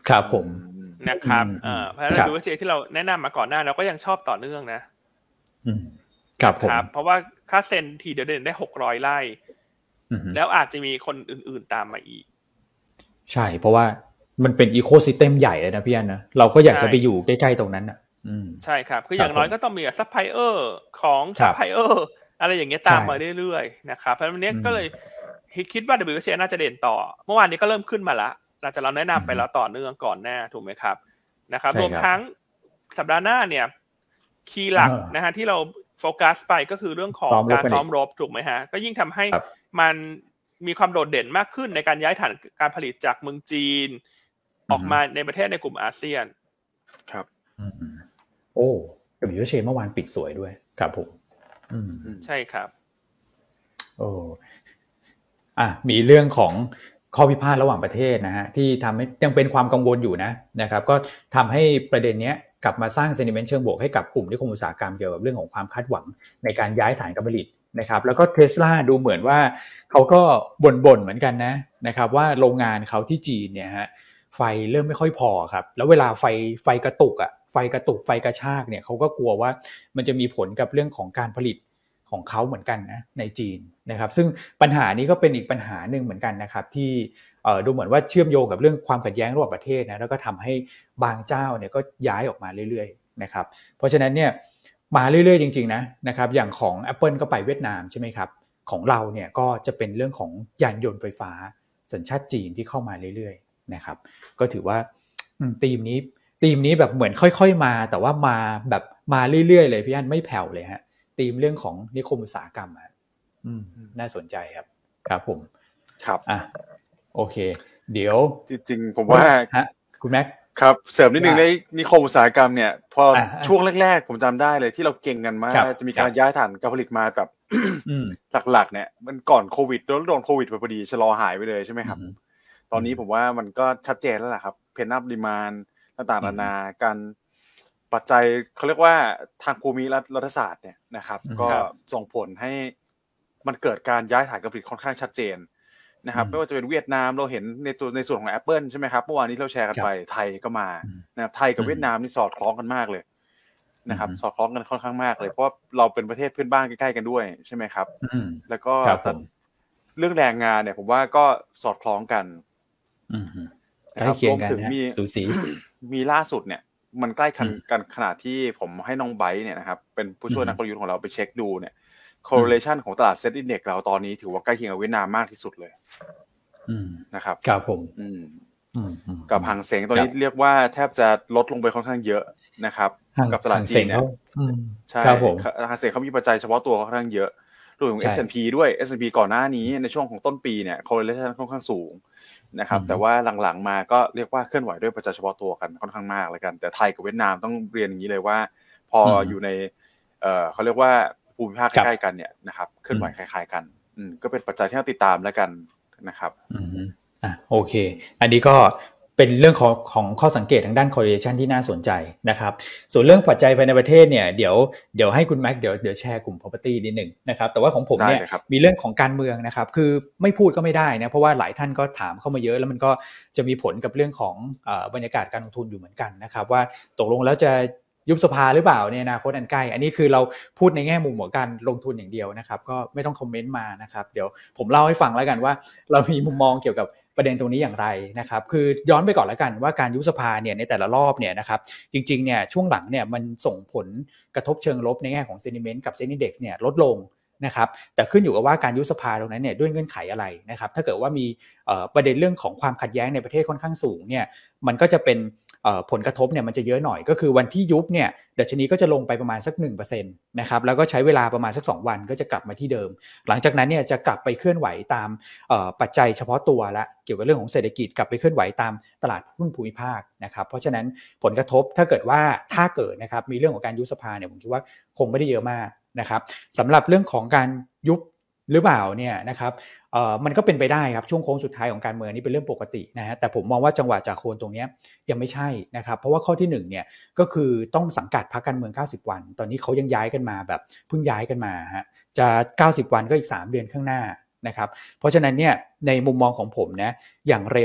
ครับผมนะครับเพราะฉะนั้น WSJ ที่เราแนะนำมาก่อนหน้าเราก็ยังชอบต่อเนื่องนะครับผมเพราะว่าค่าเซ็นทีเดียวเด่นได้600ไร่แล้วอาจจะมีคนอื่นๆตามมาอีกใช่เพราะว่ามันเป็นอีโคซิสเต็มใหญ่เลยนะพี่อันนะเราก็อยากจะไปอยู่ใกล้ๆตรงนั้นใช่ครับคืออย่างน้อยก็ต้องมีซัพพลายเออร์ของซัพพลายเออร์อะไรอย่างเงี้ยตามมาเรื่อยๆนะครับเพราะฉะนั้นก็เลยคิดว่า WSJ น่าจะเด่นต่อเมื่อวานนี้ก็เริ่มขึ้นมาละหลังจากเราแนะนำไปแล้วต่อเนื่องก่อนหน้าถูกไหมครับนะครับรวมทั้งสัปดาห์หน้าเนี่ยคีย์หลักนะฮะที่เราโฟกัสไปก็คือเรื่องของการซ้อมรบถูกไหมฮะก็ยิ่งทำให้มันมีความโดดเด่นมากขึ้นในการย้ายฐานการผลิตจากเมืองจีนออกมาในประเทศในกลุ่มอาเซียนครับโอ้ WSJ เมื่อวานปิดสวยด้วยครับผมใช่ครับโอ้มีเรื่องของข้อพิพาทระหว่างประเทศนะฮะที่ทำให้ยังเป็นความกังวลอยู่นะครับก็ทำให้ประเด็นนี้กลับมาสร้างเซนิเมนต์เชิงบวกให้กับกลุ่มนิคมอุตสาหกรรมเกี่ยวกับเรื่องของความคาดหวังในการย้ายฐานการผลิตนะครับแล้วก็ Tesla ดูเหมือนว่าเขาก็บ่นเหมือนกันนะครับว่าโรงงานเขาที่จีนเนี่ยฮะไฟเริ่มไม่ค่อยพอครับแล้วเวลาไฟกระตุกไฟกระชากเนี่ยเขาก็กลัวว่ามันจะมีผลกับเรื่องของการผลิตของเขาเหมือนกันนะในจีนนะครับซึ่งปัญหานี้ก็เป็นอีกปัญหาหนึ่งเหมือนกันนะครับที่ดูเหมือนว่าเชื่อมโยงกับเรื่องความขัดแย้งระหว่างประเทศนะแล้วก็ทำให้บางเจ้าเนี่ยก็ย้ายออกมาเรื่อยๆนะครับเพราะฉะนั้นเนี่ยมาเรื่อยๆจริงๆนะครับอย่างของ Apple ก็ไปเวียดนามใช่ไหมครับของเราเนี่ยก็จะเป็นเรื่องของยานยนต์ไฟฟ้าสัญชาติจีนที่เข้ามาเรื่อยๆนะครับก็ถือว่าธีมนี้แบบเหมือนค่อยๆมาแต่ว่ามาแบบมาเรื่อยๆเลยพี่อันไม่แผ่วเลยฮะธีมเรื่องของนิคมอุตสาหกรรมน่าสนใจครับผมครับโอเคเดี๋ยวจริงๆผมว่าคุณแม็กครับเสริมนิดนึงในนิคมอุตสาหกรรมเนี่ยพอช่วงแรกๆผมจำได้เลยที่เราเก่งกันมากจะมีการย้ายฐานการผลิตมาแบบหลักๆเนี่ยมันก่อนโควิดแล้วโดนโควิดไปพอดีชะลอหายไปเลยใช่ไหมครับตอนนี้ผมว่ามันก็ชัดเจนแล้วแหละครับเพนนับดีมานด์ต่างๆนานาการปัจจัยเขาเรียกว่าทางภูมิรัฐศาสตร์เนี่ยนะครับก็ส่งผลให้มันเกิดการย้ายฐานการผลิตค่อนข้างชัดเจนนะครับไม่ว่าจะเป็นเวียดนามเราเห็นในส่วนของ Apple ใช่ไหมครับเมื่อวานนี้เราแชร์กันไปไทยก็มานะครับไทยกับเวียดนามนี่สอดคล้องกันมากเลยนะครับสอดคล้องกันค่อนข้างมากเลยเพราะเราเป็นประเทศเพื่อนบ้านใกล้ๆกันด้วยใช่ไหมครับแล้วก็เรื่องแรงงานเนี่ยผมว่าก็สอดคล้องกันนะครับรวมถึงมีล่าสุดเนี่ยมันใกล้กันขนาดที่ผมให้น้องไบท์เนี่ยนะครับเป็นผู้ช่วยนักกลยุทธ์ของเราไปเช็คดูเนี่ยcorrelation ของตลาดเซ็ตอินเด็กซ์เราตอนนี้ถือว่าใกล้เคียงกับเวียดนามมากที่สุดเลยนะครับครับผมกับหางเส็งตอนนี้เรียกว่าแทบจะลดลงไปค่อนข้างเยอะนะครับกับตลาดจีนเนี่ยใช่หางเส็งเขามีปัจจัยเฉพาะตัวค่อนข้างเยอะรวมถึง S&P ด้วย S&P ก่อนหน้านี้ในช่วงของต้นปีเนี่ย correlation ค่อนข้างสูงนะครับแต่ว่าหลังๆมาก็เรียกว่าเคลื่อนไหวด้วยปัจจัยเฉพาะตัวกันค่อนข้างมากเลยกันแต่ไทยกับเวียดนามต้องเรียนอย่างนี้เลยว่าพออยู่ในเขาเรียกว่าภูมิภาคใกล้ๆกันเนี่ยนะครับเคลื่อนไหวคล้ายๆกันก็เป็นปัจจัยที่ต้องติดตามแล้วกันนะครับโอเคอันนี้ก็เป็นเรื่องของข้อสังเกตทางด้าน correlation ที่น่าสนใจนะครับส่วนเรื่องปัจจัยภายในประเทศเนี่ยเดี๋ยวให้คุณแม็กเดี๋ยวแชร์กลุ่ม property นิดนึงนะครับแต่ว่าของผมเนี่ยมีเรื่องของการเมืองนะครับคือไม่พูดก็ไม่ได้นะเพราะว่าหลายท่านก็ถามเข้ามาเยอะแล้วมันก็จะมีผลกับเรื่องของบรรยากาศการลงทุนอยู่เหมือนกันนะครับว่าตกลงแล้วจะยุบสภาหรือเปล่าในอนาคตอันใกล้อันนี้คือเราพูดในแง่มุมของการลงทุนอย่างเดียวนะครับก็ไม่ต้องคอมเมนต์มานะครับเดี๋ยวผมเล่าให้ฟังแล้วกันว่าเรามีมุมมองเกี่ยวกับประเด็นตรงนี้อย่างไรนะครับคือย้อนไปก่อนแล้วกันว่าการยุบสภาเนี่ยในแต่ละรอบเนี่ยนะครับจริงๆเนี่ยช่วงหลังเนี่ยมันส่งผลกระทบเชิงลบในแง่ของเซนิเมนต์กับเซ็นดีเด็กซ์เนี่ยลดลงนะครับแต่ขึ้นอยู่กับว่าการยุบสภาตรงนั้นเนี่ยด้วยเงื่อนไขอะไรนะครับถ้าเกิดว่ามีประเด็นเรื่องของความขัดแย้งในประเทศค่อนข้างสูงเนี่ยมันก็จะเป็นผลกระทบเนี่ยมันจะเยอะหน่อยก็คือวันที่ยุบเนี่ยดัชนีก็จะลงไปประมาณสัก 1% นะครับแล้วก็ใช้เวลาประมาณสัก2วันก็จะกลับมาที่เดิมหลังจากนั้นเนี่ยจะกลับไปเคลื่อนไหวตามปัจจัยเฉพาะตัวละเกี่ยวกับเรื่องของเศรษฐกิจกลับไปเคลื่อนไหวตามตลาดหุ้นภูมิภาคนะครับเพราะฉะนั้นผลกระทบถ้าเกิดนะครับมีเรื่องของการยุบสภาเนี่ยผมคิดว่าคงไม่ได้เยอะมากนะครับสำหรับเรื่องของการยุบหรือเปล่าเนี่ยนะครับมันก็เป็นไปได้ครับช่วงโค้งสุดท้ายของการเมืองนี่เป็นเรื่องปกตินะฮะแต่ผมมองว่าจังหวะจากโคนตรงนี้ยังไม่ใช่นะครับเพราะว่าข้อที่1เนี่ยก็คือต้องสังกัดพรรคการเมือง90วันตอนนี้เขายังย้ายกันมาแบบเพิ่งย้ายกันมาฮะจะ90วันก็อีก3เดือนข้างหน้านะครับเพราะฉะนั้นเนี่ยในมุมมองของผมนะอย่างเร็ว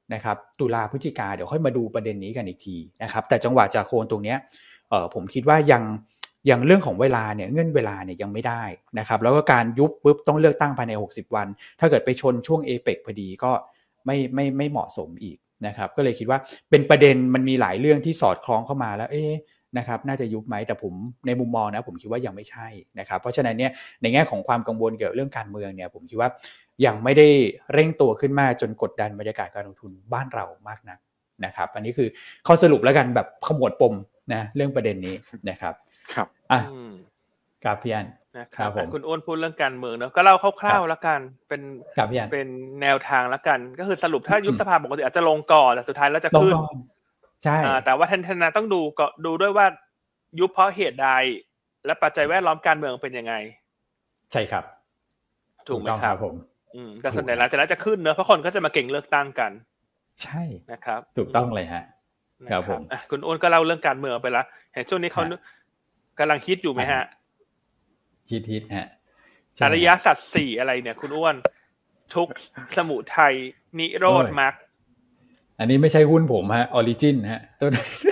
นะครับตุลาพฤศจิกาเดี๋ยวค่อยมาดูประเด็นนี้กันอีกทีนะครับแต่จังหวะจากโคนตรงเนี้ยผมคิดว่ายังเรื่องของเวลาเนี่ยเงื่อนเวลาเนี่ยยังไม่ได้นะครับแล้วก็การยุบปุ๊บต้องเลือกตั้งภายใน60วันถ้าเกิดไปชนช่วงเอเปกพอดีก็ไม่เหมาะสมอีกนะครับก็เลยคิดว่าเป็นประเด็นมันมีหลายเรื่องที่สอดคล้องเข้ามาแล้วนะครับน่าจะยุบไหมแต่ผมในมุมมองนะผมคิดว่ายังไม่ใช่นะครับเพราะฉะนั้นเนี่ยในแง่ของความกังวลเกี่ยวกับเรื่องการเมืองเนี่ยผมคิดว่ายังไม่ได้เร่งตัวขึ้นมาจนกดดันบรรยากาศการลงทุนบ้านเรามากนักนะครับอันนี้คือข้อสรุปแล้วกันแบบขมวดปมนะเรื่องประเด็นนี้นะครับครับครับพี่อันนะครับคุณอ้วนพูดเรื่องการเมืองเนอะก็เล่าคร่าวๆแล้วกันเป็นแนวทางแล้วกันก็คือสรุปถ้ายุบสภาปกติอาจจะลงก่อนแต่สุดท้ายแล้วจะขึ้นใช่แต่ว่าทันต้องดูด้วยว่ายุบเพราะเหตุใดและปัจจัยแวดล้อมการเมืองเป็นยังไงใช่ครับถูกไหมครับผมแต่ส่วนใหญ่แล้วจะขึ้นเนอะเพราะคนก็จะมาเก่งเลือกตั้งกันใช่นะครับถูกต้องเลยฮะครับผมคุณอ้วนก็เล่าเรื่องการเมืองไปแล้วเห็นช่วงนี้เขากำลังคิดอยู่ไหมฮะฮิตฮะอริยสัจ4อะไรเนี่ยคุณอ้วนทุกสมุทัยนิโรธมรรคอันนี้ไม่ใช่หุ้นผมฮะออริจินฮะต้น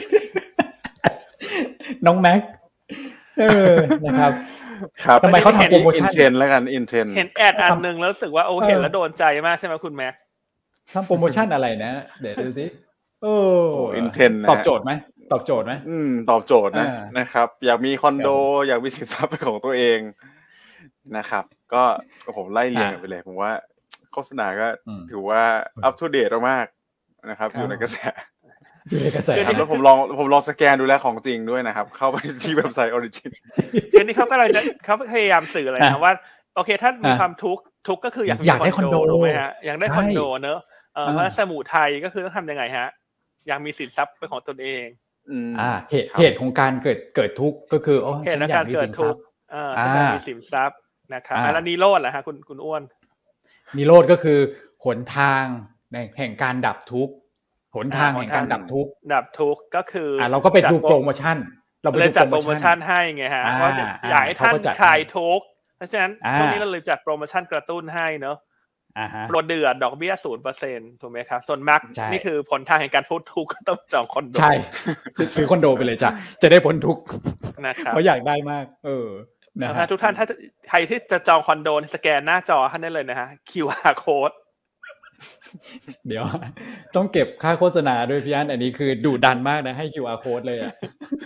น้องแม็กนะครับทำไมเขาทำโปรโมชั่นอินเทรนแล้วกันอินเทรนเห็นแอดอันนึงแล้วรู้สึกว่าโอ้เห็นแล้วโดนใจมากใช่ไหมคุณแม็กทำโปรโมชั่นอะไรนะเดี๋ยวดูสิอินเทรนตอบโจทย์ไหมตอบโจทย์ไหมตอบโจทย์นะครับอยากมีคอนโดอยากมีสินทรัพย์เป็นของตัวเองนะครับก็ผมไล่เรียงกันไปเลยผมว่าโฆษณาก็ถือว่าอัปทูเดตมากนะครับอยู่ในกระแสแล้วผมลองสแกนดูแลของจริงด้วยนะครับเข้าไปที่เว็บไซต์ Origin คือนี่เขาพยายามสื่ออะไรนะว่าโอเคถ้ามีความทุกข์ก็คืออยากได้คอนโดถูกไหมฮะอยากได้คอนโดเนอะเพราะสมุทัยก็คือต้องทำยังไงฮะอยากมีสินทรัพย์เป็นของตนเองเหตุของการเกิดทุกข์ก็คือฉันอยากมีสินทรัพย์ฉันอยากมีสินทรัพย์นะครับแล้วนิโรธล่ะฮะคุณอ้วนนิโรธก็คือหนทางแห่งการดับทุกข์หนทางแห่งการดับทุกข์ก็คือเราก็ไปดูโปรโมชั่นเราไปจัดโปรโมชั่นให้ไงฮะว่าอยากให้ท่านคลายทุกข์เพราะฉะนั้นช่วงนี้เราเลยจัดโปรโมชั่นกระตุ้นให้เนอะโปรเดือดดอกเบี้ย 0% ถูกไหมครับส่วนมากนี่คือผลทางแห่งการพ้นทุกข์ก็ต้องจองคอนโดใช่ซื้อคอนโดไปเลยจ้ะจะได้พ้นทุกข์นะครับเพราะอยากได้มากนะฮะทุกท่านถ้าใครที่จะจองคอนโดสแกนหน้าจอท่านได้เลยนะฮะ QR code เดี๋ยวต้องเก็บค่าโฆษณาด้วยพี่อันอันนี้คือดุดันมากนะให้ QR code เลยอ่ะ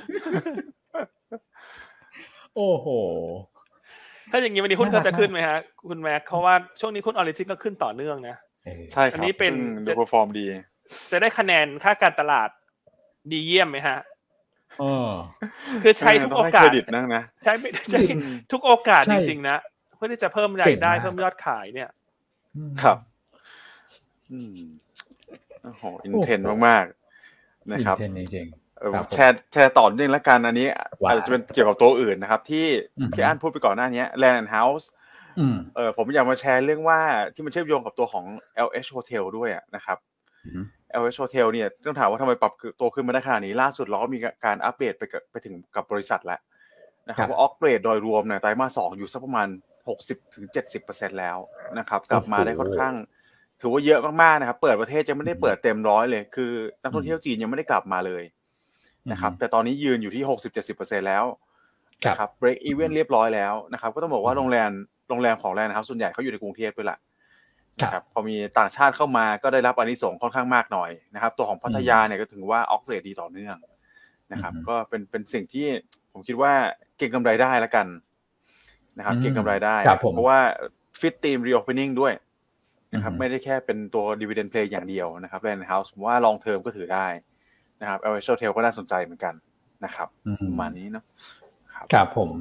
โอ้โหถ้าอย่างนี้วันนี้หุ้นก็จะขึ้นไหมฮะคุณแม็กเพราะว่าช่วงนี้หุ้นออริจินก็ขึ้นต่อเนื่องนะใช่ครับอันนี้เป็นดูเพอร์ฟอร์มดีจะได้คะแนนค่าการตลาดดีเยี่ยมไหมฮะคือใช้ทุกโอกาสใช้ทุกโอกาสจริงๆนะเพื่อที่จะเพิ่มรายได้เพิ่มยอดขายเนี่ยครับโอ้โหอินเทนมากๆนะครับอินเทนจริงแชร์ต่อเนื่องแล้วกันอันนี้อาจจะเป็นเกี่ยวกับตัวอื่นนะครับที่พี่อั้นพูดไปก่อนหน้านี้ Land and House ผมอยากมาแชร์เรื่องว่าที่มันเชื่อมโยงกับตัวของ LH Hotel ด้วยนะครับ LH Hotel เนี่ยต้องถามว่าทำไมปรับตัวขึ้นมาได้ขนาดนี้ล่าสุดเราก็มีการอัปเดตไปถึงกับบริษัทแล้วนะครับว่าออกเกรดโดยรวมเนี่ยไตรมาส2อยู่สักประมาณ 60-70% แล้วนะครับกลับมาได้ค่อนข้างถือว่าเยอะมากๆนะครับเปิดประเทศยังไม่ได้เปิดเต็มร้อยเลยคือนักท่องเที่ยวจีนยังไม่ได้กลับมาเลยนะครับแต่ตอนนี้ยืนอยู่ที่ 60-70% แล้วนะครับ break even เรียบร้อยแล้วนะครับก็ต้องบอกว่าโรงแรมของLand Houseส่วนใหญ่เขาอยู่ในกรุงเทพด้วยล่ะนะครับพอมีต่างชาติเข้ามาก็ได้รับอานิสงส์ค่อนข้างมากหน่อยนะครับตัวของพัทยาเนี่ยก็ถือว่าออกเรทดีต่อเนื่องนะครับก็เป็นสิ่งที่ผมคิดว่าเก็งกำไรได้แล้วกันนะครับเก็งกำไรได้เพราะว่าฟิตทีม reopening ด้วยนะครับไม่ได้แค่เป็นตัว dividend play อย่างเดียวนะครับ Land House ผมว่า long term ก็ถือได้นะครับ LH Hotel ก็น่าสนใจเหมือนกันนะครับประมาณนี้เนาะครับผม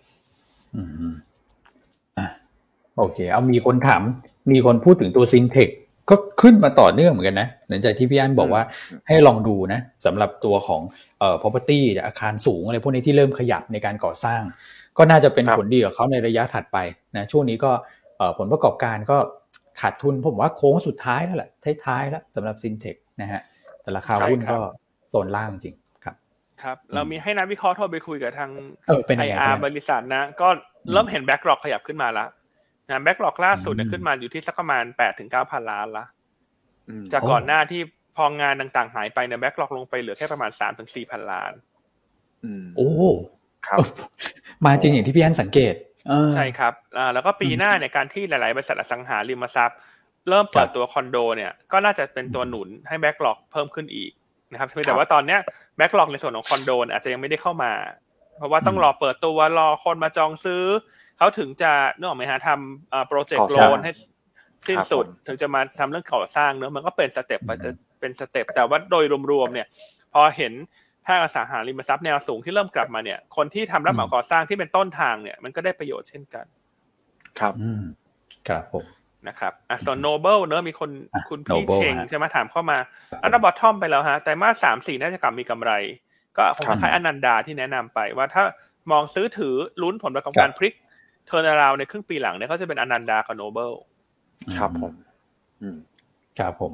โอเคเอามีคนถามมีคนพูดถึงตัว Syntec ก็ขึ้นมาต่อเนื่องเหมือนกันนะหลังจากที่พี่อั้นบอกว่าให้ลองดูนะสำหรับตัวของproperty อาคารสูงอะไรพวกนี้ที่เริ่มขยับในการก่อสร้างก็น่าจะเป็นผลดีกับเขาในระยะถัดไปนะช่วงนี้ก็ผลประกอบการก็ขาดทุนผมว่าโค้งสุดท้ายแล้วแหละท้ายๆแล้วสำหรับ Syntec นะฮะแต่ราคาหุ้นก็โซนล่างจริงครับเรามีให้นักวิเคราะห์โทรไปคุยกับทาง IR บริษัทนะก็เริ่มเห็นแบ็คล็อกขยับขึ้นมาแล้วนะแบ็คล็อกล่าสุดเนี่ยขึ้นมาอยู่ที่สักประมาณ 8-9,000 ล้านละจากก่อนหน้าที่พองานต่างๆหายไปเนี่ยแบ็คล็อกลงไปเหลือแค่ประมาณ 3-4,000 ล้านโอ้ครับมาจริงอย่างที่พี่อั้นสังเกตใช่ครับแล้วก็ปีหน้าเนี่ยการที่หลายๆบริษัทอสังหาริมทรัพย์เริ่มเปิดตัวคอนโดเนี่ยก็น่าจะเป็นตัวหนุนให้แบ็คล็อกเพิ่มขึ้นอีกนะครับแต่ว่าตอนเนี้ยแบ็คล็อกในส่วนของคอนโดอาจจะยังไม่ได้เข้ามาเพราะว่าต้องรอเปิดตัวรอคนมาจองซื้อเขาถึงจะนึกออกไหมฮะทำโปรเจกต์โลนให้สิ้นสุดถึงจะมาทำเรื่องก่อสร้างเนอะมันก็เป็นสเต็ปเป็นสเต็ปแต่ว่าโดยรวมๆเนี่ยพอเห็นภาคอสังหาริมทรัพย์แนวสูงที่เริ่มกลับมาเนี่ยคนที่ทำรับเหมาก่อสร้างที่เป็นต้นทางเนี่ยมันก็ได้ประโยชน์เช่นกันครับครับผมนะครับส่วนโนเบิลเนอะมีคนคุณพี่เชงใช่ไหมถามเข้ามาอันดับบอททอมไปแล้วฮะแต่มา 3-4 น่าจะกลับมีกำไรก็คงคล้ายอนันดาที่แนะนำไปว่าถ้ามองซื้อถือลุ้นผลประกอบการพลิกเทอร์นาราวในครึ่งปีหลังเนี่ยก็จะเป็นอนันดากับโนเบิลครับผมครับผม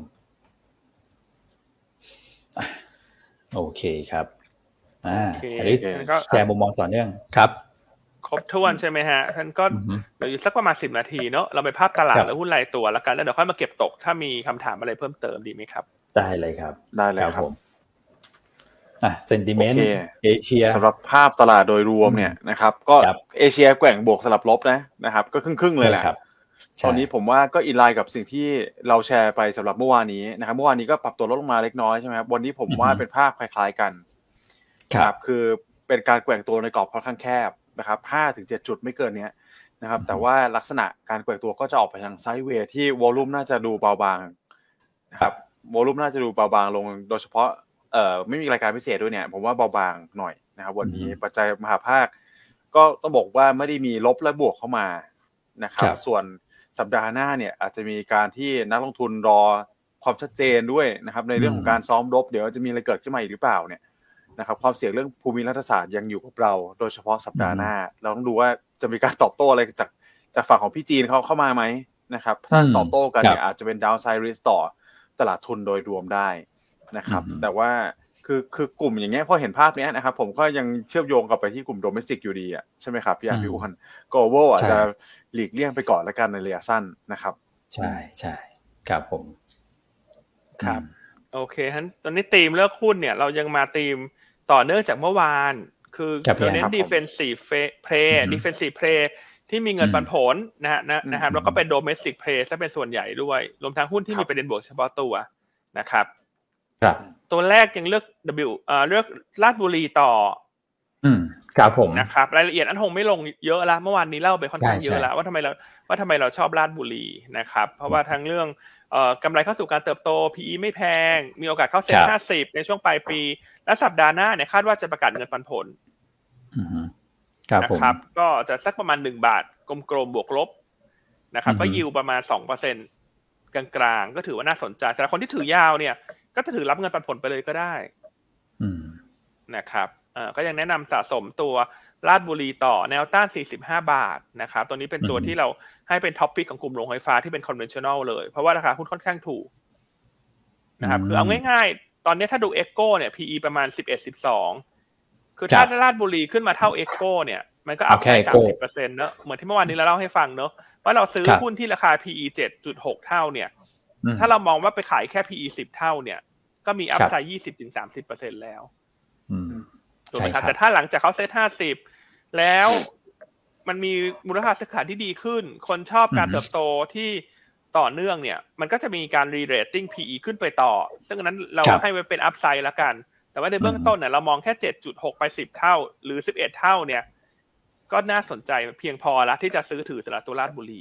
โอเคครับอันนี้แชร์มุมมองต่อเนื่องครับครบถ้วนใช่ไหมฮะท่านก็เดี๋ยวอยู่สักประมาณ10 นาทีเนาะเราไปภาพตลาดแล้วหุ้นรายตัวแล้วกันแล้วเดี๋ยวค่อยมาเก็บตกถ้ามีคำถามอะไรเพิ่มเติมดีไหมครับได้เลยครับได้เลยครับผมเซนติเมนต์เอเชียสำหรับภาพตลาดโดยรวมเนี่ยนะครับก็เอเชียแกว่งบวกสลับลบนะครับก็ครึ่งๆเลยแหละตอนนี้ผมว่าก็อินไลน์กับสิ่งที่เราแชร์ไปสำหรับเมื่อวานนี้นะครับเมื่อวานนี้ก็ปรับตัวลดลงมาเล็กน้อยใช่ไหมครับวันนี้ผมว่าเป็นภาพคล้ายๆกันครับคือเป็นการแกว่งตัวในกรอบค่อนข้างแคบนะครับ 5-7 จุดไม่เกินนี้นะครับแต่ว่าลักษณะการแกว่งตัวก็จะออกไปทางไซด์เวย์ที่วอลลุ่มน่าจะดูเบาบางนะครับวอลลุ่มน่าจะดูเบาบางลงโดยเฉพาะไม่มีรายการพิเศษด้วยเนี่ยผมว่าเบาบางหน่อยนะครับวันนี้ปัจจัยมหาภาคก็ต้องบอกว่าไม่ได้มีลบและบวกเข้ามานะครับส่วนสัปดาห์หน้าเนี่ยอาจจะมีการที่นักลงทุนรอความชัดเจนด้วยนะครับในเรื่องของการซ้อมรบเดี๋ยวจะมีอะไรเกิดขึ้นมาอีกหรือเปล่าเนี่ยนะครับความเสี่ยงเรื่องภูมิรัฐศาสตร์ยังอยู่กับเราโดยเฉพาะสัปดาห์หน้าเราต้องดูว่าจะมีการตอบโต้อะไรจากฝั่งของพี่จีนเขาเข้ามาไหมนะครับถ้าตอบโต้กันเนี่ยอาจจะเป็น downside risk ต่อตลาดทุนโดยรวมได้นะครับแต่ว่าคือกลุ่มอย่างเงี้ยพอเห็นภาพเนี้ยนะครับผมก็ยังเชื่อมโยงกลับไปที่กลุ่ม domestic อยู่ดีอ่ะใช่ไหมครับพี่อ้วน global อาจจะหลีกเลี่ยงไปก่อนแล้วกันในระยะสั้นนะครับใช่ใช่ครับผมครับโอเคฮันตอนนี้ธีมเลือกหุ้นเนี่ยเรายังมาธีมต่อเนื่องจากเมื่อวานคือเราเน้น defensive play defensive play ที่มีเงินปันผลนะครับแล้วก็เป็น domestic play ซะเป็นส่วนใหญ่ด้วยรวมทั้งหุ้นที่มีประเด็นบวกเฉพาะตัวนะครับตัวแรกยังเลือกเลือกลาดบุรีต่อครับผมนะครับรายละเอียดอันคงไม่ลงเยอะละเมื่อวานนี้เล่าไปค่อนข้างเยอะแล้วว่าทำไมเราชอบลาดบุรีนะครับเพราะว่าทั้งเรื่องกำไรเข้าสู่การเติบโต PE ไม่แพงมีโอกาสเข้าเซ็ต50ในช่วงปลายปีและสัปดาห์หน้าเนี่ยคาดว่าจะประกาศเงินปันผลนะครับก็จะสักประมาณ1 บาทกลมๆบวกลบนะครับก็ยิวประมาณ 2% กลางๆก็ถือว่าน่าสนใจแต่คนที่ถือยาวเนี่ยก็จะถือรับเงินปันผลไปเลยก็ได้นะครับก็ยังแนะนำสะสมตัวลาดบุรีต่อแนวต้าน45 บาทนะครับตัวนี้เป็นตัวที่เราให้เป็นท็อปปิกของกลุ่มโรงไฟฟ้าที่เป็นคอนเวนชั่นแนลเลยเพราะว่าราคาหุ้นค่อนข้างถูกนะครับคือเอาง่ายๆตอนนี้ถ้าดู Echo เนี่ย PE ประมาณ 11-12 คือถ้าลาดบุรีขึ้นมาเท่า Echo เนี่ยมันก็อัพแค่ 30% เนอะเหมือนที่เมื่อวานนี้เราเล่าให้ฟังเนอะว่าเราซื้อหุ้นที่ราคา PE 7.6 เท่าเนี่ยถ้าเรามองว่าไปขายแค่ PE 10 เท่าเนี่ยก็มีอัพไซด์ 20-30% แล้วถูกไหมครับแต่ถ้าหลังจากเขาเซต50แล้วมันมีมูลค่าซื้อขายที่ดีขึ้นคนชอบการเติบโตที่ต่อเนื่องเนี่ยมันก็จะมีการรีเรตติ้ง PE ขึ้นไปต่อซึ่งอันนั้นเราให้ไว้เป็นอัพไซด์ละกันแต่ว่าในเบื้องต้นเนี่ยเรามองแค่ 7.6 ไป10 เท่าหรือ11 เท่าเนี่ยก็น่าสนใจเพียงพอแล้วที่จะซื้อถือสำหรับตัวลาดบุรี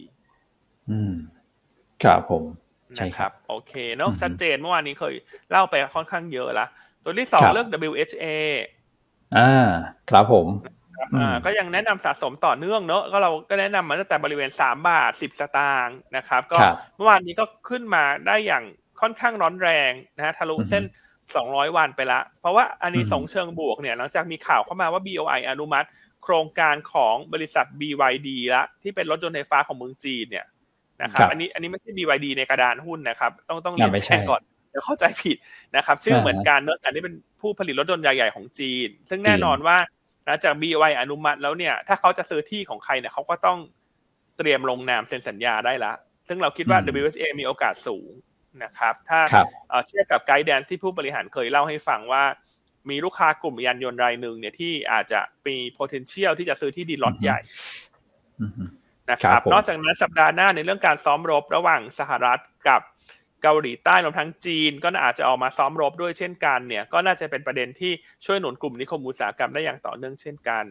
ครับผมใช่ครับโอเคเนาะชัดเจนเมื่อวานนี้เคยเล่าไปค่อนข้างเยอะละตัวที่2เลือก WHA ครับผมก็ยังแนะนำสะสมต่อเนื่องเนอะก็เราก็แนะนำมาตั้งแต่บริเวณ3 บาท 10 สตางค์นะครับก็เมื่อวานนี้ก็ขึ้นมาได้อย่างค่อนข้างร้อนแรงนะฮะทะลุเส้น200 วันไปละเพราะว่าอันนี้ส่งเชิงบวกเนี่ยหลังจากมีข่าวเข้ามาว่า BOI อนุมัติโครงการของบริษัท BYD ละที่เป็นรถยนต์ไฟฟ้าของเมืองจีนเนี่ยนะครับอันนี้ไม่ใช่ BYD ในกระดานหุ้นนะครับต้องเรียนแจ้งก่อนเดี๋ยวเข้าใจผิดนะครับชื่อเหมือนกันเนอะแต่นี่เป็นผู้ผลิตรถยนต์ใหญ่ๆของจีนซึ่งแน่นอนว่าหลังจาก BOI อนุมัติแล้วเนี่ยถ้าเขาจะซื้อที่ของใครเนี่ยเขาก็ต้องเตรียมลงนามเซ็นสัญญาได้ละซึ่งเราคิดว่า WHA มีโอกาสสูงนะครับถ้าเทียบกับไกด์แดนที่ผู้บริหารเคยเล่าให้ฟังว่ามีลูกค้ากลุ่มยานยนต์รายหนึ่งเนี่ยที่อาจจะมี potential ที่จะซื้อที่ดินล็อตใหญ่นะครับนอกจากนั้นสัปดาห์หน้าในเรื่องการซ้อมรบระหว่างสหรัฐกับเกาหลีใต้รวมทั้งจีนก็อาจจะออกมาซ้อมรบด้วยเช่นกันเนี่ยก็น่าจะเป็นประเด็นที่ช่วยหนุนกลุ่มนิคมอุตสาหกรรมได้อย่างต่อเนื่องเช่นกัน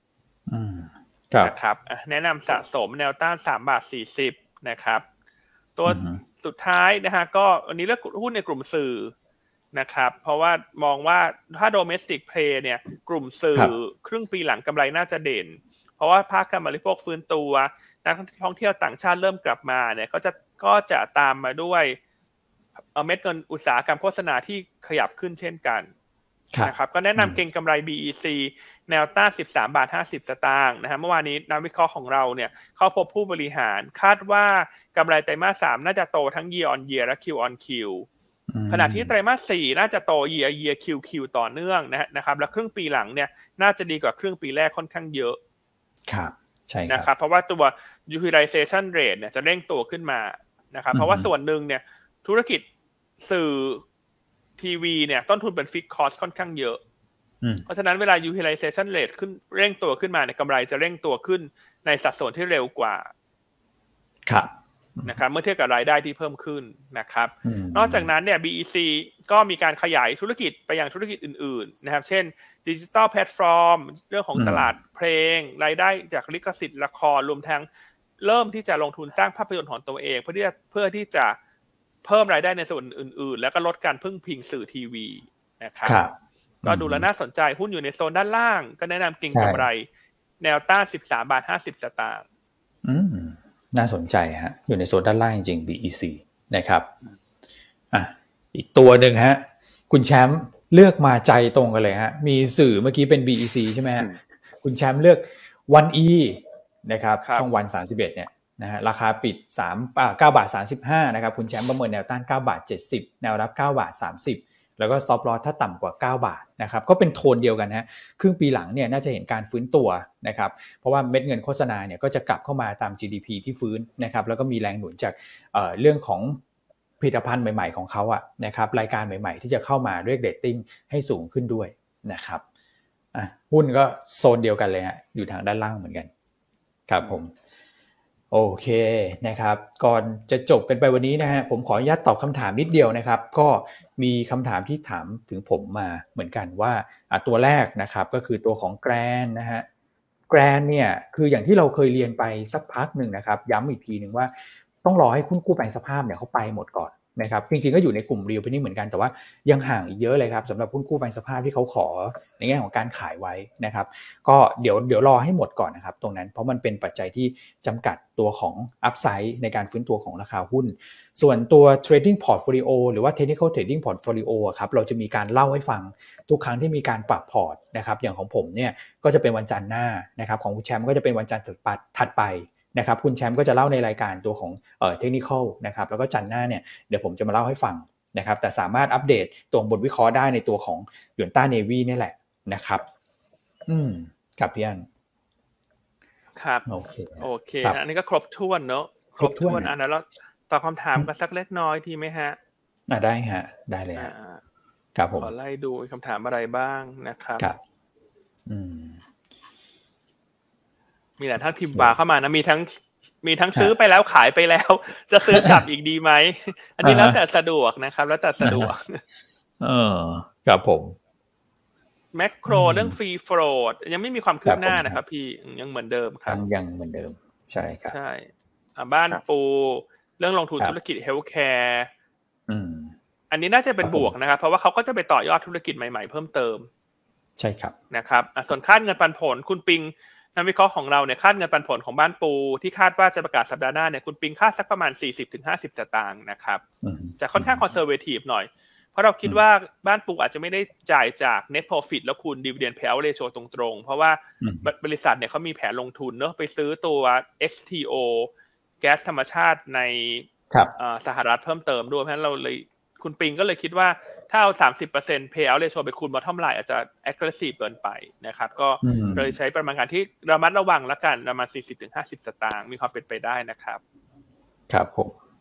นะครับแนะนำสะสมแนวต้าน3.40 นะครับตัวสุดท้ายนะฮะก็วันนี้เลือกหุ้นในกลุ่มสื่อนะครับเพราะว่ามองว่าถ้า domestic play เนี่ยกลุ่มสื่อครึ่งปีหลังกำไรน่าจะเด่นเพราะว่าภาคการบริโภคฟื้นตัวนักท่องเที่ยวต่างชาติเริ่มกลับมาเนี่ยก็จะตามมาด้วยเม็ดเงินอุตสาหกรรมโฆษณาที่ขยับขึ้นเช่นกันนะครับก็แนะนำเก็งกำไร BEC แนวต้าน 13.50 สตางค์นะฮะเมื่อวานนี้นักวิเคราะห์ของเราเนี่ยเข้าพบผู้บริหารคาดว่ากำไรไตรมาส 3น่าจะโตทั้ง year on year และ Q on Q ขณะที่ไตรมาส 4น่าจะโต year year QQ ต่อเนื่องนะครับและครึ่งปีหลังเนี่ยน่าจะดีกว่าครึ่งปีแรกค่อนข้างเยอะครับใช่นะครับเพราะว่าตัว utilization rate เนี่ยจะเร่งตัวขึ้นมานะครับเพราะว่าส่วนหนึ่งเนี่ยธุรกิจสื่อทีวีเนี่ยต้นทุนเป็น fixed cost ค่อนข้างเยอะเพราะฉะนั้นเวลา utilization rate ขึ้นเร่งตัวขึ้นมาเนี่ยกำไรจะเร่งตัวขึ้นในสัดส่วนที่เร็วกว่าครับนะครับเมื่อเทียบกับรายได้ที่เพิ่มขึ้นนะครับนอกจากนั้นเนี่ย BEC ก็มีการขยายธุรกิจไปยังธุรกิจอื่นๆนะครับเช่น Digital Platform เรื่องของตลาดเพลงรายได้จากลิขสิทธิ์ละครรวมทั้งเริ่มที่จะลงทุนสร้างภาพยนตร์ของตัวเองเพื่อที่จะเพิ่มรายได้ในส่วนอื่นๆแล้วก็ลดการพึ่งพิงสื่อทีวีนะครับก็ดูแล้วน่าสนใจหุ้นอยู่ในโซนด้านล่างก็แนะนำเก็งกำไรแนวต้าน 13.50 สตางค์น่าสนใจฮะอยู่ในโซนด้านล่างจริง BEC นะครับอีกตัวหนึ่งฮะคุณแชมป์เลือกมาใจตรงกันเลยฮะมีสื่อเมื่อกี้เป็น BEC ใช่ไหมฮะคุณแชมป์เลือก 1E นะครับช่องวัน31เนี่ยนะฮะราคาปิด9.35 นะครับคุณแชมป์ประเมินแนวต้าน 9.70 แนวรับ 9.30 แล้วก็ stop loss ถ้าต่ำกว่า9 บาทนะครับก็เป็นโทนเดียวกันฮะครึ่งปีหลังเนี่ยน่าจะเห็นการฟื้นตัวนะครับเพราะว่าเม็ดเงินโฆษณาเนี่ยก็จะกลับเข้ามาตาม GDP ที่ฟื้นนะครับแล้วก็มีแรงหนุนจากเรื่องของผลิตภัณฑ์ใหม่ๆของเขาอะนะครับรายการใหม่ๆที่จะเข้ามาเรียกเรตติ้งให้สูงขึ้นด้วยนะครับหุ้นก็โซนเดียวกันเลยฮะอยู่ทางด้านล่างเหมือนกันครับผมโอเคนะครับก่อนจะจบกันไปวันนี้นะฮะผมขออนุญาตตอบคำถามนิดเดียวนะครับก็มีคำถามที่ถามถึงผมมาเหมือนกันว่าตัวแรกนะครับก็คือตัวของแกรนนะฮะแกรนเนี่ยคืออย่างที่เราเคยเรียนไปสักพักหนึ่งนะครับย้ำอีกทีนึงว่าต้องรอให้หุ้นกู้แปลงสภาพเนี่ยเขาไปหมดก่อนนะครับจริงๆก็อยู่ในกลุ่ม Real Penny เหมือนกันแต่ว่ายังห่างอีกเยอะเลยครับสำหรับหุ้นกู้แปลงสภาพที่เขาขอในแง่ของการขายไว้นะครับก็เดี๋ยวรอให้หมดก่อนนะครับตรงนั้นเพราะมันเป็นปัจจัยที่จำกัดตัวของ Upside ในการฟื้นตัวของราคาหุ้นส่วนตัว Trading Portfolio หรือว่า Technical Trading Portfolio ครับเราจะมีการเล่าให้ฟังทุกครั้งที่มีการปรับพอร์ตนะครับอย่างของผมเนี่ยก็จะเป็นวันจันทร์หน้านะครับของคุณแชมป์ก็จะเป็นวันจันทร์ถัดไปนะครับคุณแชมป์ก็จะเล่าในรายการตัวของเทคนิคอลนะครับแล้วก็จันทร์หน้าเนี่ยเดี๋ยวผมจะมาเล่าให้ฟังนะครับแต่สามารถอัปเดตตัวบทวิเคราะห์ได้ในตัวของหยวนต้าเนวี่นี่แหละนะครับครับพี่อันครับโอเคอันนี้ก็ครบถ้วนเนอะครบถ้วนอันนั้นเราตอบคำถามกันสักเล็กน้อยทีไหมฮะได้ฮะได้เลยครับผมขอไล่ดูคำถามอะไรบ้างนะครับครับมีหลายท่านพิมพ์มาเข้ามานะมีทั้งซื้อไปแล้วขายไปแล้วจะซื้อกลับอีกดีไหมอันนี้แล้วแต่สะดวกนะครับแล้วแต่สะดวกครับผมแมคโครเรื่องฟรีโฟลดยังไม่มีความคืบหน้านะครับพี่ยังเหมือนเดิมครับยังเหมือนเดิมใช่ครับใช่บ้านปูเรื่องลงทุนธุรกิจเฮลท์แคร์อันนี้น่าจะเป็นบวกนะครับเพราะว่าเขาก็จะไปต่อยอดธุรกิจใหม่ๆเพิ่มเติมใช่ครับนะครับส่วนคาดเงินปันผลคุณปิงนักวิเคราะห์ของเราเนี่ยคาดเงินปันผลของบ้านปูที่คาดว่าจะประกาศสัปดาห์หน้าเนี่ยคุณปิงคาดสักประมาณ 40-50 สตางค์นะครับจะค่อนข้างคอนเซอร์เวทีฟหน่อยเพราะเราคิดว่าบ้านปูอาจจะไม่ได้จ่ายจาก net profit แล้วคูณ dividend payout ratio ตรงๆเพราะว่าบริษัทเนี่ยเขามีแผนลงทุนเนอะไปซื้อตัว XTO แก๊สธรรมชาติในสหรัฐเพิ่มเติมด้วยเพราะฉะนั้นเราเลยคุณปิงก็เลยคิดว่าถ้าเอา 30% payout ratio ไปคูณ bottom line อาจจะ aggressive เกินไปนะครับก็เลยใช้ประมาณการที่ระมัดระวังละกันประมาณ 40-50 สตางค์มีความเป็นไปได้นะครับครับผม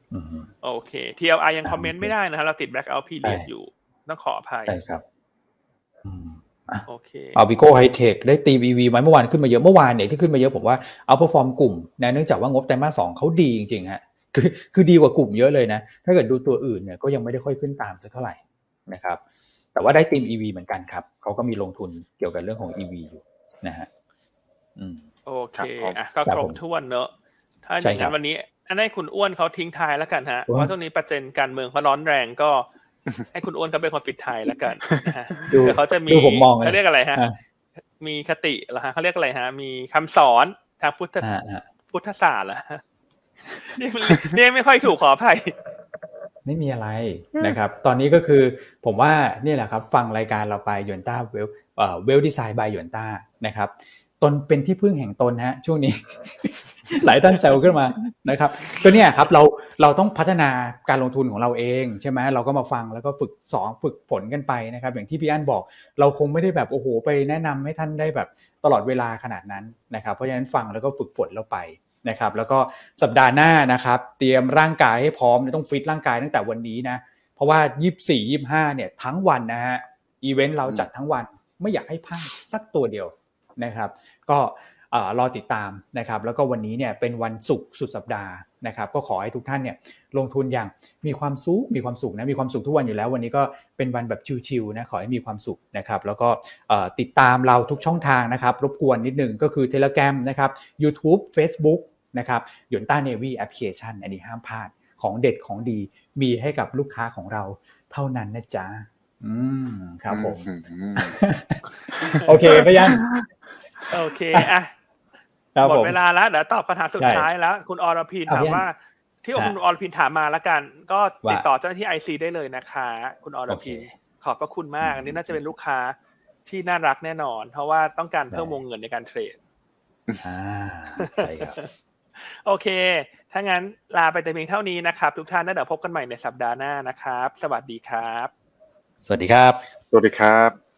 โอเค TLR ยังคอมเมนต์ไม่ได้นะครับเราติด blackout period อยู่ต้องขออภัยใช่ครับโอเค Albico High-Tech ได้ตี EV ไหมเมื่อวานขึ้นมาเยอะเมื่อวานเนี่ยที่ขึ้นมาเยอะผมว่าเอาเพอร์ฟอร์มกลุ่มนะเนื่องจากว่างบไตรมาส2เขาดีจริงๆฮะคือดีกว่ากลุ่มเยอะเลยนะถ้าเกิดดูตัวอื่นเนี่ยก็ยังไม่ได้ค่อยขึ้นตามสักเท่าไหร่นะครับแต่ว่าได้ทีม EV เหมือนกันครับเขาก็มีลงทุนเกี่ยวกับเรื่องของ EV อยู่นะฮะโอเคก็ครบถ้วนเนอะถ้าอย่างนั้นวันนี้ให้คุณอ้วนเขาทิ้งท้ายแล้วกันฮะเพราะช่วงนี้ประเด็นการเมืองเขาร้อนแรงก็ให้คุณอ้วนเขาเป็นคนปิดท้ายแล้วกันเดี๋ยวเขาจะมีเขาเรียกอะไรฮะมีคติเหรอฮะเขาเรียกอะไรฮะมีคำสอนทางพุทธศาสตร์เหรอนี่ไม่ค่อยถูกขออภัยไม่มีอะไรนะครับตอนนี้ก็คือผมว่านี่แหละครับฟังรายการเราไปยวนต้าเวลดีไซน์บายยวนต้านะครับตนเป็นที่พึ่งแห่งตนฮะช่วงนี้ หลายท่านแซวขึ้นมานะครับก็เนี่ยครับเราต้องพัฒนาการลงทุนของเราเองใช่ไหมเราก็มาฟังแล้วก็ฝึกฝนกันไปนะครับอย่างที่พี่อั้นบอกเราคงไม่ได้แบบโอ้โหไปแนะนำให้ท่านได้แบบตลอดเวลาขนาดนั้นนะครับเพราะฉะนั้นฟังแล้วก็ฝึกฝนเราไปนะครับแล้วก็สัปดาห์หน้านะครับเตรียมร่างกายให้พร้อมต้องฟิตร่างกายตั้งแต่วันนี้นะเพราะว่า24-25เนี่ยทั้งวันนะฮะอีเวนต์เราจัดทั้งวันไม่อยากให้พลาดสักตัวเดียวนะครับก็รอติดตามนะครับแล้วก็วันนี้เนี่ยเป็นวันศุกร์สุดสัปดาห์นะครับก็ขอให้ทุกท่านเนี่ยลงทุนอย่างมีความสุขนะมีความสุขทุกวันอยู่แล้ววันนี้ก็เป็นวันแบบชิลๆนะขอให้มีความสุขนะครับแล้วก็ติดตามเราทุกช่องทางนะครับรบกวนนิดนึงก็คือ Telegram นะครับ YouTube Facebook นะครับยวนต้าเนวี่แอปพลิเคชันอันนี้ห้ามพลาดของเด็ดของดีมีให้กับลูกค้าของเราเท่านั้นนะจ๊ะครับผมโอเคพี่ยันโอเคอ่ะหมดเวลาแล้วเดี๋ยวตอบคำถามสุดท้ายแล้วคุณอรพินถามว่าที่คุณอรพินถามมาแล้วกันก็ติดต่อเจ้าหน้าที่ IC ได้เลยนะคะคุณอรพินขอบพระคุณมากอันนี้น่าจะเป็นลูกค้าที่น่ารักแน่นอนเพราะว่าต้องการเพิ่มวงเงินในการเทรดใช่ครับโอเคถ้างั้นลาไปแต่เพียงเท่านี้นะครับทุกท่านแล้วเดี๋ยวพบกันใหม่ในสัปดาห์หน้านะครับสวัสดีครับสวัสดีครับสวัสดีครับ